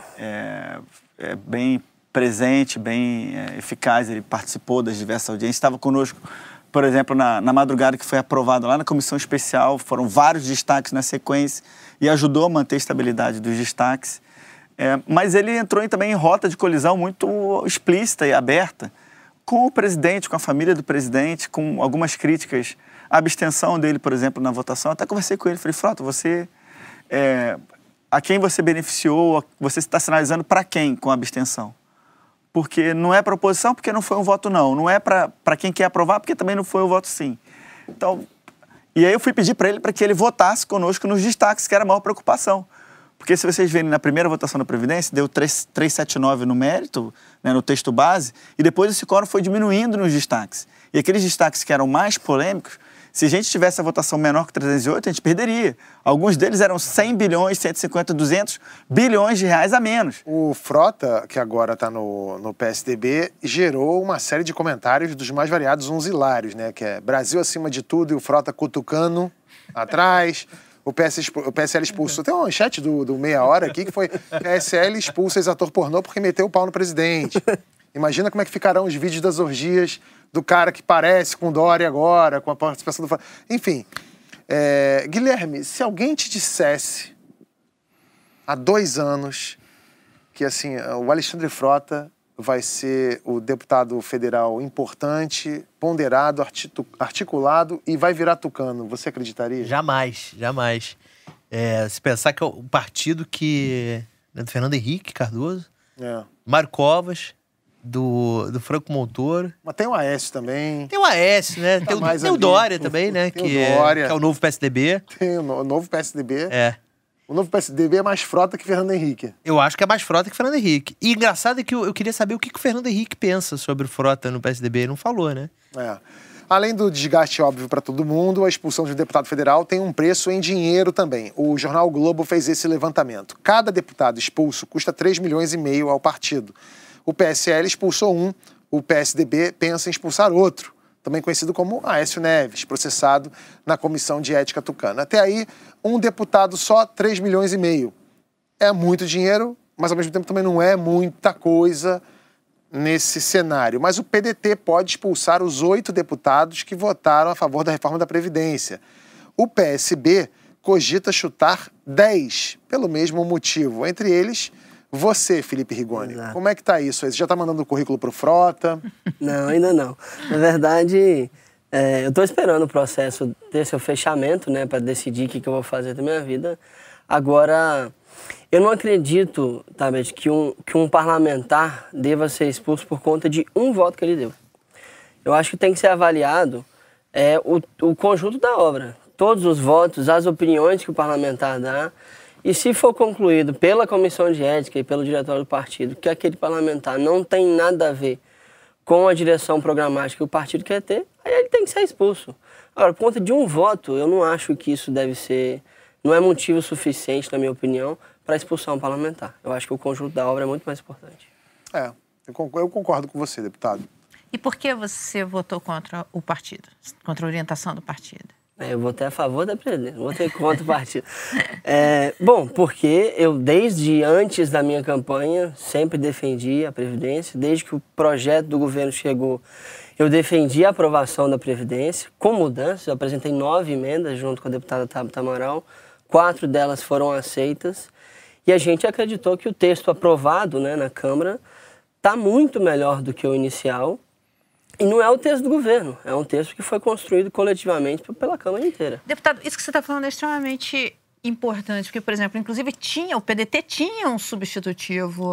é, é, bem presente, bem é, eficaz. Ele participou das diversas audiências, estava conosco, por exemplo, na, na madrugada que foi aprovado lá na Comissão Especial, foram vários destaques na sequência e ajudou a manter a estabilidade dos destaques. É, mas ele entrou em, também em rota de colisão muito explícita e aberta com o presidente, com a família do presidente, com algumas críticas à abstenção dele, por exemplo, na votação. Até conversei com ele, falei, Frota, você, é, a quem você beneficiou, você está sinalizando para quem com a abstenção? Porque não é para oposição, porque não foi um voto não. Não é para quem quer aprovar, porque também não foi um voto sim. Então, e aí eu fui pedir para ele para que ele votasse conosco nos destaques, que era a maior preocupação. Porque se vocês verem na primeira votação da Previdência, deu trezentos e setenta e nove no mérito, né, no texto base, e depois esse quórum foi diminuindo nos destaques. E aqueles destaques que eram mais polêmicos, se a gente tivesse a votação menor que trezentos e oito, a gente perderia. Alguns deles eram cem bilhões, cento e cinquenta, duzentos bilhões de reais a menos. O Frota, que agora está no, no P S D B, gerou uma série de comentários dos mais variados, uns hilários, né? Que é Brasil acima de tudo e o Frota cutucando atrás. O, P S, o P S L expulsou. Tem uma manchete do, do Meia Hora aqui que foi P S L expulsa ex-ator pornô porque meteu o pau no presidente. Imagina como é que ficarão os vídeos das orgias do cara que parece com o Dória agora, com a participação do... Enfim, é... Guilherme, se alguém te dissesse há dois anos que assim, o Alexandre Frota vai ser o deputado federal importante, ponderado, articulado e vai virar tucano, você acreditaria? Jamais, jamais. É, se pensar que é o partido que... Né, do Fernando Henrique Cardoso, é. Mário Covas, do, do Franco Montoro. Mas tem o Aécio também. Tem o Aécio, né? Tá tem, o, tem o Dória o, também, né? Que é, que é o novo P S D B. Tem o, no, o novo P S D B. É. O novo P S D B é mais Frota que Fernando Henrique. Eu acho que é mais Frota que Fernando Henrique. E engraçado é que eu, eu queria saber o que, que o Fernando Henrique pensa sobre o Frota no P S D B. Ele não falou, né? É. Além do desgaste óbvio para todo mundo, a expulsão de um deputado federal tem um preço em dinheiro também. O jornal o Globo fez esse levantamento. Cada deputado expulso custa três milhões e meio ao partido. O P S L expulsou um, o P S D B pensa em expulsar outro, também conhecido como Aécio Neves, processado na Comissão de Ética Tucana. Até aí, um deputado só, três milhões e meio. É muito dinheiro, mas ao mesmo tempo também não é muita coisa nesse cenário. Mas o P D T pode expulsar os oito deputados que votaram a favor da reforma da Previdência. O P S B cogita chutar dez, pelo mesmo motivo. Entre eles, você, Felipe Rigoni. Exato. Como é que tá isso? Você já tá mandando o currículo pro Frota? Não, ainda não. Na verdade, é, eu tô esperando o processo ter seu fechamento, né, para decidir o que, que eu vou fazer da minha vida. Agora... Eu não acredito, tá, Beth, que um, que um parlamentar deva ser expulso por conta de um voto que ele deu. Eu acho que tem que ser avaliado é, o, o conjunto da obra. Todos os votos, as opiniões que o parlamentar dá. E se for concluído pela Comissão de Ética e pelo diretório do partido que aquele parlamentar não tem nada a ver com a direção programática que o partido quer ter, aí ele tem que ser expulso. Agora, por conta de um voto, eu não acho que isso deve ser... Não é motivo suficiente, na minha opinião, para expulsar um parlamentar. Eu acho que o conjunto da obra é muito mais importante. É, eu concordo, eu concordo com você, deputado. E por que você votou contra o partido? Contra a orientação do partido? É, eu votei a favor da presidência, votei contra o partido. É, bom, porque eu, desde antes da minha campanha, sempre defendi a Previdência. Desde que o projeto do governo chegou, eu defendi a aprovação da Previdência, com mudanças. Eu apresentei nove emendas junto com a deputada Tabata Amaral. Quatro delas foram aceitas. E a gente acreditou que o texto aprovado, né, na Câmara está muito melhor do que o inicial. E não é o texto do governo, é um texto que foi construído coletivamente pela Câmara inteira. Deputado, isso que você está falando é extremamente importante, porque, por exemplo, inclusive tinha, o P D T tinha um substitutivo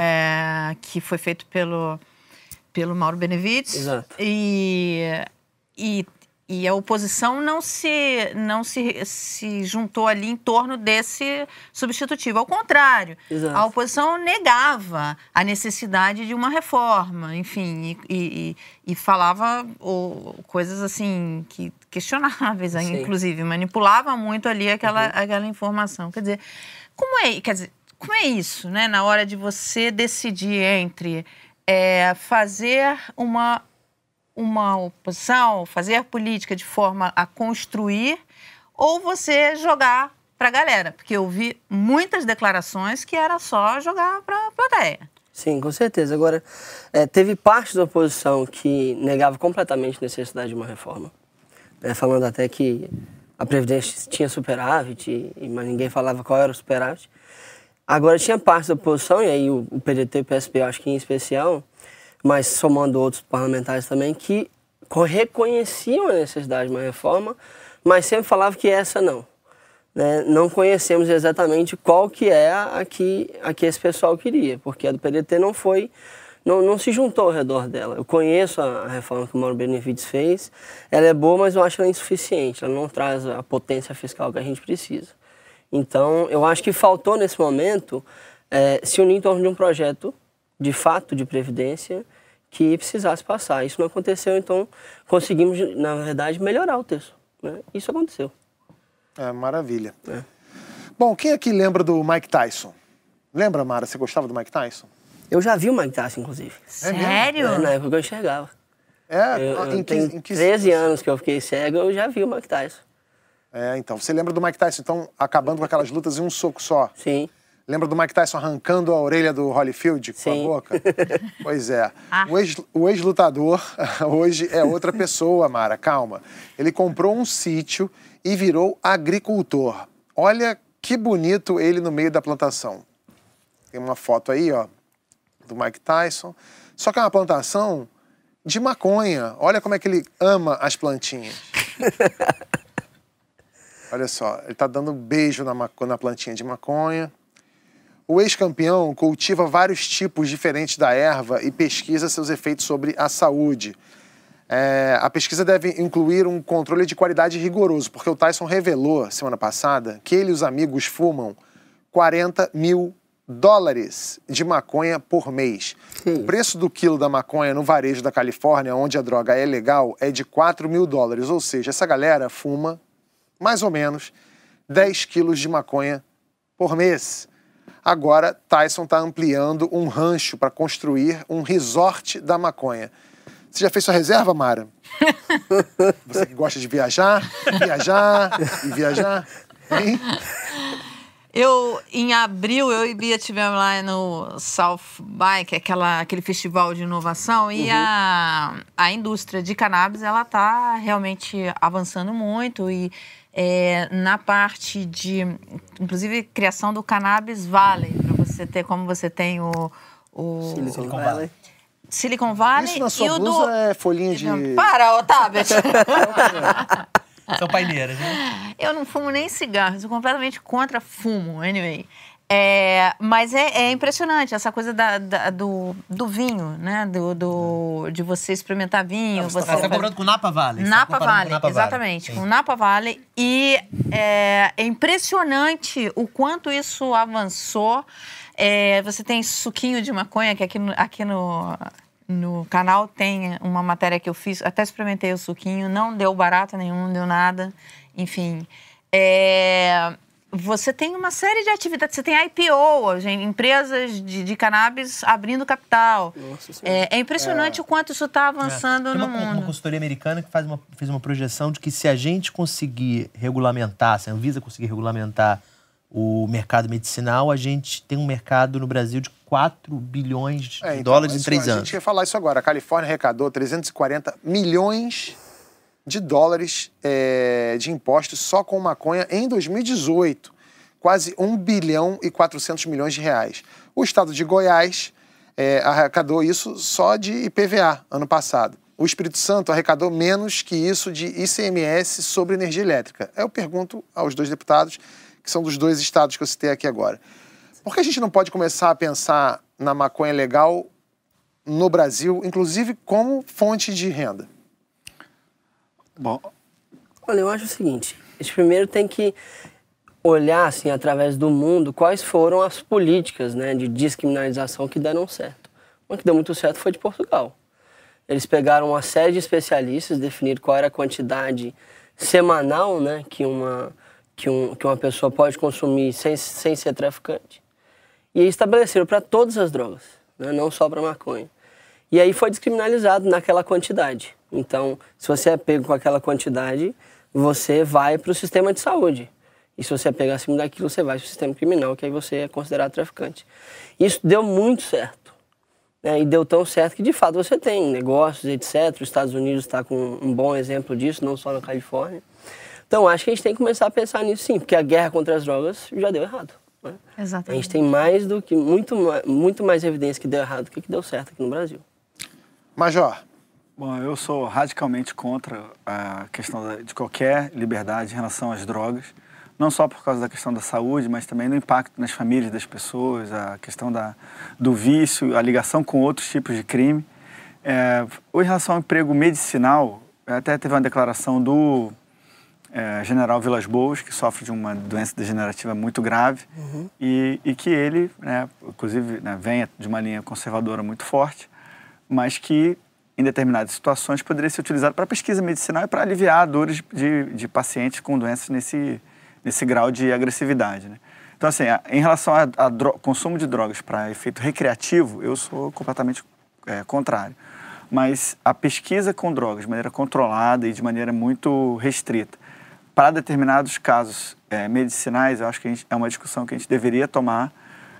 é, que foi feito pelo, pelo Mauro Benevides. Exato. E, e, e a oposição não, se, não se, se juntou ali em torno desse substitutivo. Ao contrário, Exato. A oposição negava a necessidade de uma reforma, enfim, e, e, e falava ou, coisas assim que, questionáveis, Sim. inclusive, manipulava muito ali aquela, uhum. aquela informação. Quer dizer, como é, quer dizer, como é isso, né, na hora de você decidir entre é, fazer uma... uma oposição, fazer política de forma a construir, ou você jogar para a galera? Porque eu vi muitas declarações que era só jogar para a plateia. Sim, com certeza. Agora, é, teve parte da oposição que negava completamente a necessidade de uma reforma, né, falando até que a Previdência tinha superávit, e, mas ninguém falava qual era o superávit. Agora, tinha parte da oposição, e aí o, o P D T e o P S B, eu acho que em especial, mas somando outros parlamentares também, que reconheciam a necessidade de uma reforma, mas sempre falavam que essa não. Né? Não conhecemos exatamente qual que é a que, a que esse pessoal queria, porque a do P D T não foi, não, não se juntou ao redor dela. Eu conheço a, a reforma que o Mauro Benevides fez, ela é boa, mas eu acho ela insuficiente, ela não traz a potência fiscal que a gente precisa. Então, eu acho que faltou nesse momento é, se unir em torno de um projeto de fato de previdência que precisasse passar. Isso não aconteceu, então conseguimos, na verdade, melhorar o texto. Né? Isso aconteceu. É, maravilha. É. Bom, quem aqui lembra do Mike Tyson? Lembra, Mara? Você gostava do Mike Tyson? Eu já vi o Mike Tyson, inclusive. Sério? É, na época que eu enxergava. É, eu, eu em que, tenho em que... treze anos que eu fiquei cego, eu já vi o Mike Tyson. É, então, você lembra do Mike Tyson, então, acabando com aquelas lutas em um soco só? Sim. Lembra do Mike Tyson arrancando a orelha do Holyfield com Sim. a boca? Pois é. Ah. O ex- o ex-lutador hoje é outra pessoa, Mara, calma. Ele comprou um sítio e virou agricultor. Olha que bonito ele no meio da plantação. Tem uma foto aí, ó, do Mike Tyson. Só que é uma plantação de maconha. Olha como é que ele ama as plantinhas. Olha só, ele tá dando beijo na, maco- na plantinha de maconha. O ex-campeão cultiva vários tipos diferentes da erva e pesquisa seus efeitos sobre a saúde. É, a pesquisa deve incluir um controle de qualidade rigoroso, porque o Tyson revelou, semana passada, que ele e os amigos fumam quarenta mil dólares de maconha por mês. O preço do quilo da maconha no varejo da Califórnia, onde a droga é legal, é de quatro mil dólares. Ou seja, essa galera fuma, mais ou menos, dez quilos de maconha por mês. Agora, Tyson está ampliando um rancho para construir um resort da maconha. Você já fez sua reserva, Mara? Você que gosta de viajar, viajar e viajar, hein? Eu, em abril, eu e Bia tivemos lá no South by, que é aquela, aquele festival de inovação, e a, a indústria de cannabis, ela está realmente avançando muito e é, na parte de, inclusive, criação do Cannabis Valley, para você ter, como você tem o... o Silicon Valley. Silicon Valley Isso na sua e o blusa do... é folhinha de... Para, Otávio! São paineiras, né? Eu não fumo nem cigarro, sou completamente contra fumo, anyway. É, mas é, é impressionante essa coisa da, da- do, do vinho, né? Do, do- de você experimentar vinho. você tá você Você está faz- comparando com o Napa Valley. você tá Napa comparando Valley, com o Napa exatamente, Valley. com Sim. o Napa Valley. E é, é impressionante o quanto isso avançou. É, você tem suquinho de maconha, que aqui no, aqui no, no canal tem uma matéria que eu fiz, até experimentei o suquinho, não deu barato nenhum, não deu nada, enfim. É, você tem uma série de atividades, você tem I P O, gente, empresas de, de cannabis abrindo capital. Nossa Senhora. É, é impressionante o quanto isso está avançando Tem no uma, mundo. uma consultoria americana que faz uma, fez uma projeção de que se a gente conseguir regulamentar, se a Anvisa conseguir regulamentar o mercado medicinal, a gente tem um mercado no Brasil de quatro bilhões de É, então, dólares em isso- três A anos. gente ia falar isso agora. A Califórnia arrecadou trezentos e quarenta milhões de dólares é, de impostos só com maconha em dois mil e dezoito. Quase um bilhão e quatrocentos milhões de reais. O estado de Goiás é, arrecadou isso só de I P V A ano passado. O Espírito Santo arrecadou menos que isso de I C M S sobre energia elétrica. Eu pergunto aos dois deputados, que são dos dois estados que eu citei aqui agora. Por que a gente não pode começar a pensar na maconha legal no Brasil, inclusive como fonte de renda? Bom, Olha, eu acho o seguinte, a gente primeiro tem que olhar, assim, através do mundo, quais foram as políticas, né, de descriminalização que deram certo. Uma que deu muito certo foi de Portugal. Eles pegaram uma série de especialistas, definiram qual era a quantidade semanal, né, que uma, que um, que uma pessoa pode consumir sem, sem ser traficante. E aí estabeleceram para todas as drogas, né, não só para maconha. E aí foi descriminalizado naquela quantidade. Então, se você é pego com aquela quantidade, você vai para o sistema de saúde. E se você é pego acima daquilo, você vai para o sistema criminal, que aí você é considerado traficante. Isso deu muito certo. Né? E deu tão certo que, de fato, você tem negócios, etcétera. Os Estados Unidos está com um bom exemplo disso, não só na Califórnia. Então, acho que a gente tem que começar a pensar nisso sim, porque a guerra contra as drogas já deu errado. Né? A Exatamente. gente tem mais do que, muito, ma- muito mais evidência que deu errado do que que deu certo aqui no Brasil. Major, Bom, eu sou radicalmente contra a questão da- de qualquer liberdade em relação às drogas, não só por causa da questão da saúde, mas também do impacto nas famílias das pessoas, a questão da, do vício, a ligação com outros tipos de crime. É, em relação ao emprego medicinal, até teve uma declaração do é, general Vilas Boas, que sofre de uma doença degenerativa muito grave, e, e que ele, né, inclusive, né, vem de uma linha conservadora muito forte, mas que em determinadas situações poderia ser utilizado para pesquisa medicinal e para aliviar dores de, de pacientes com doenças nesse, nesse grau de agressividade. Né? Então, assim, a, em relação ao consumo de drogas para efeito recreativo, eu sou completamente é, contrário. Mas a pesquisa com drogas de maneira controlada e de maneira muito restrita, para determinados casos é, medicinais, eu acho que a gente, é uma discussão que a gente deveria tomar,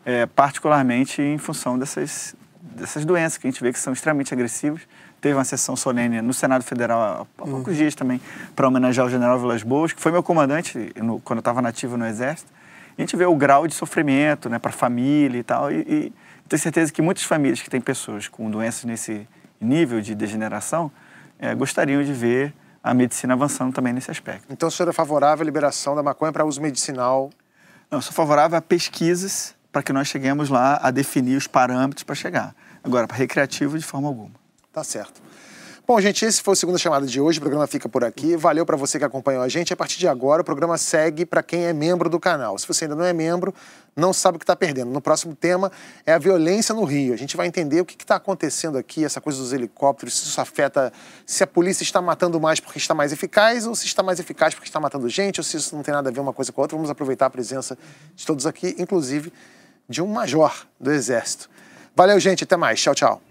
é, particularmente em função dessas, dessas doenças que a gente vê que são extremamente agressivas. Teve uma sessão solene no Senado Federal há poucos uhum. dias também, para homenagear o general Vilas Boas, que foi meu comandante no, quando eu estava nativo no Exército. E a gente vê o grau de sofrimento, né, para a família e tal. E, e tenho certeza que muitas famílias que têm pessoas com doenças nesse nível de degeneração é, gostariam de ver a medicina avançando também nesse aspecto. Então o senhor é favorável à liberação da maconha para uso medicinal? Não, eu sou favorável a pesquisas para que nós cheguemos lá a definir os parâmetros para chegar. Agora, para recreativo, de forma alguma. Tá certo. Bom, gente, esse foi o Segunda Chamada de hoje. O programa fica por aqui. Valeu para você que acompanhou a gente. A partir de agora, o programa segue para quem é membro do canal. Se você ainda não é membro, não sabe o que está perdendo. No próximo tema é a violência no Rio. A gente vai entender o que está acontecendo aqui, essa coisa dos helicópteros, se isso afeta, se a polícia está matando mais porque está mais eficaz ou se está mais eficaz porque está matando gente ou se isso não tem nada a ver uma coisa com a outra. Vamos aproveitar a presença de todos aqui, inclusive de um major do Exército. Valeu, gente. Até mais. Tchau, tchau.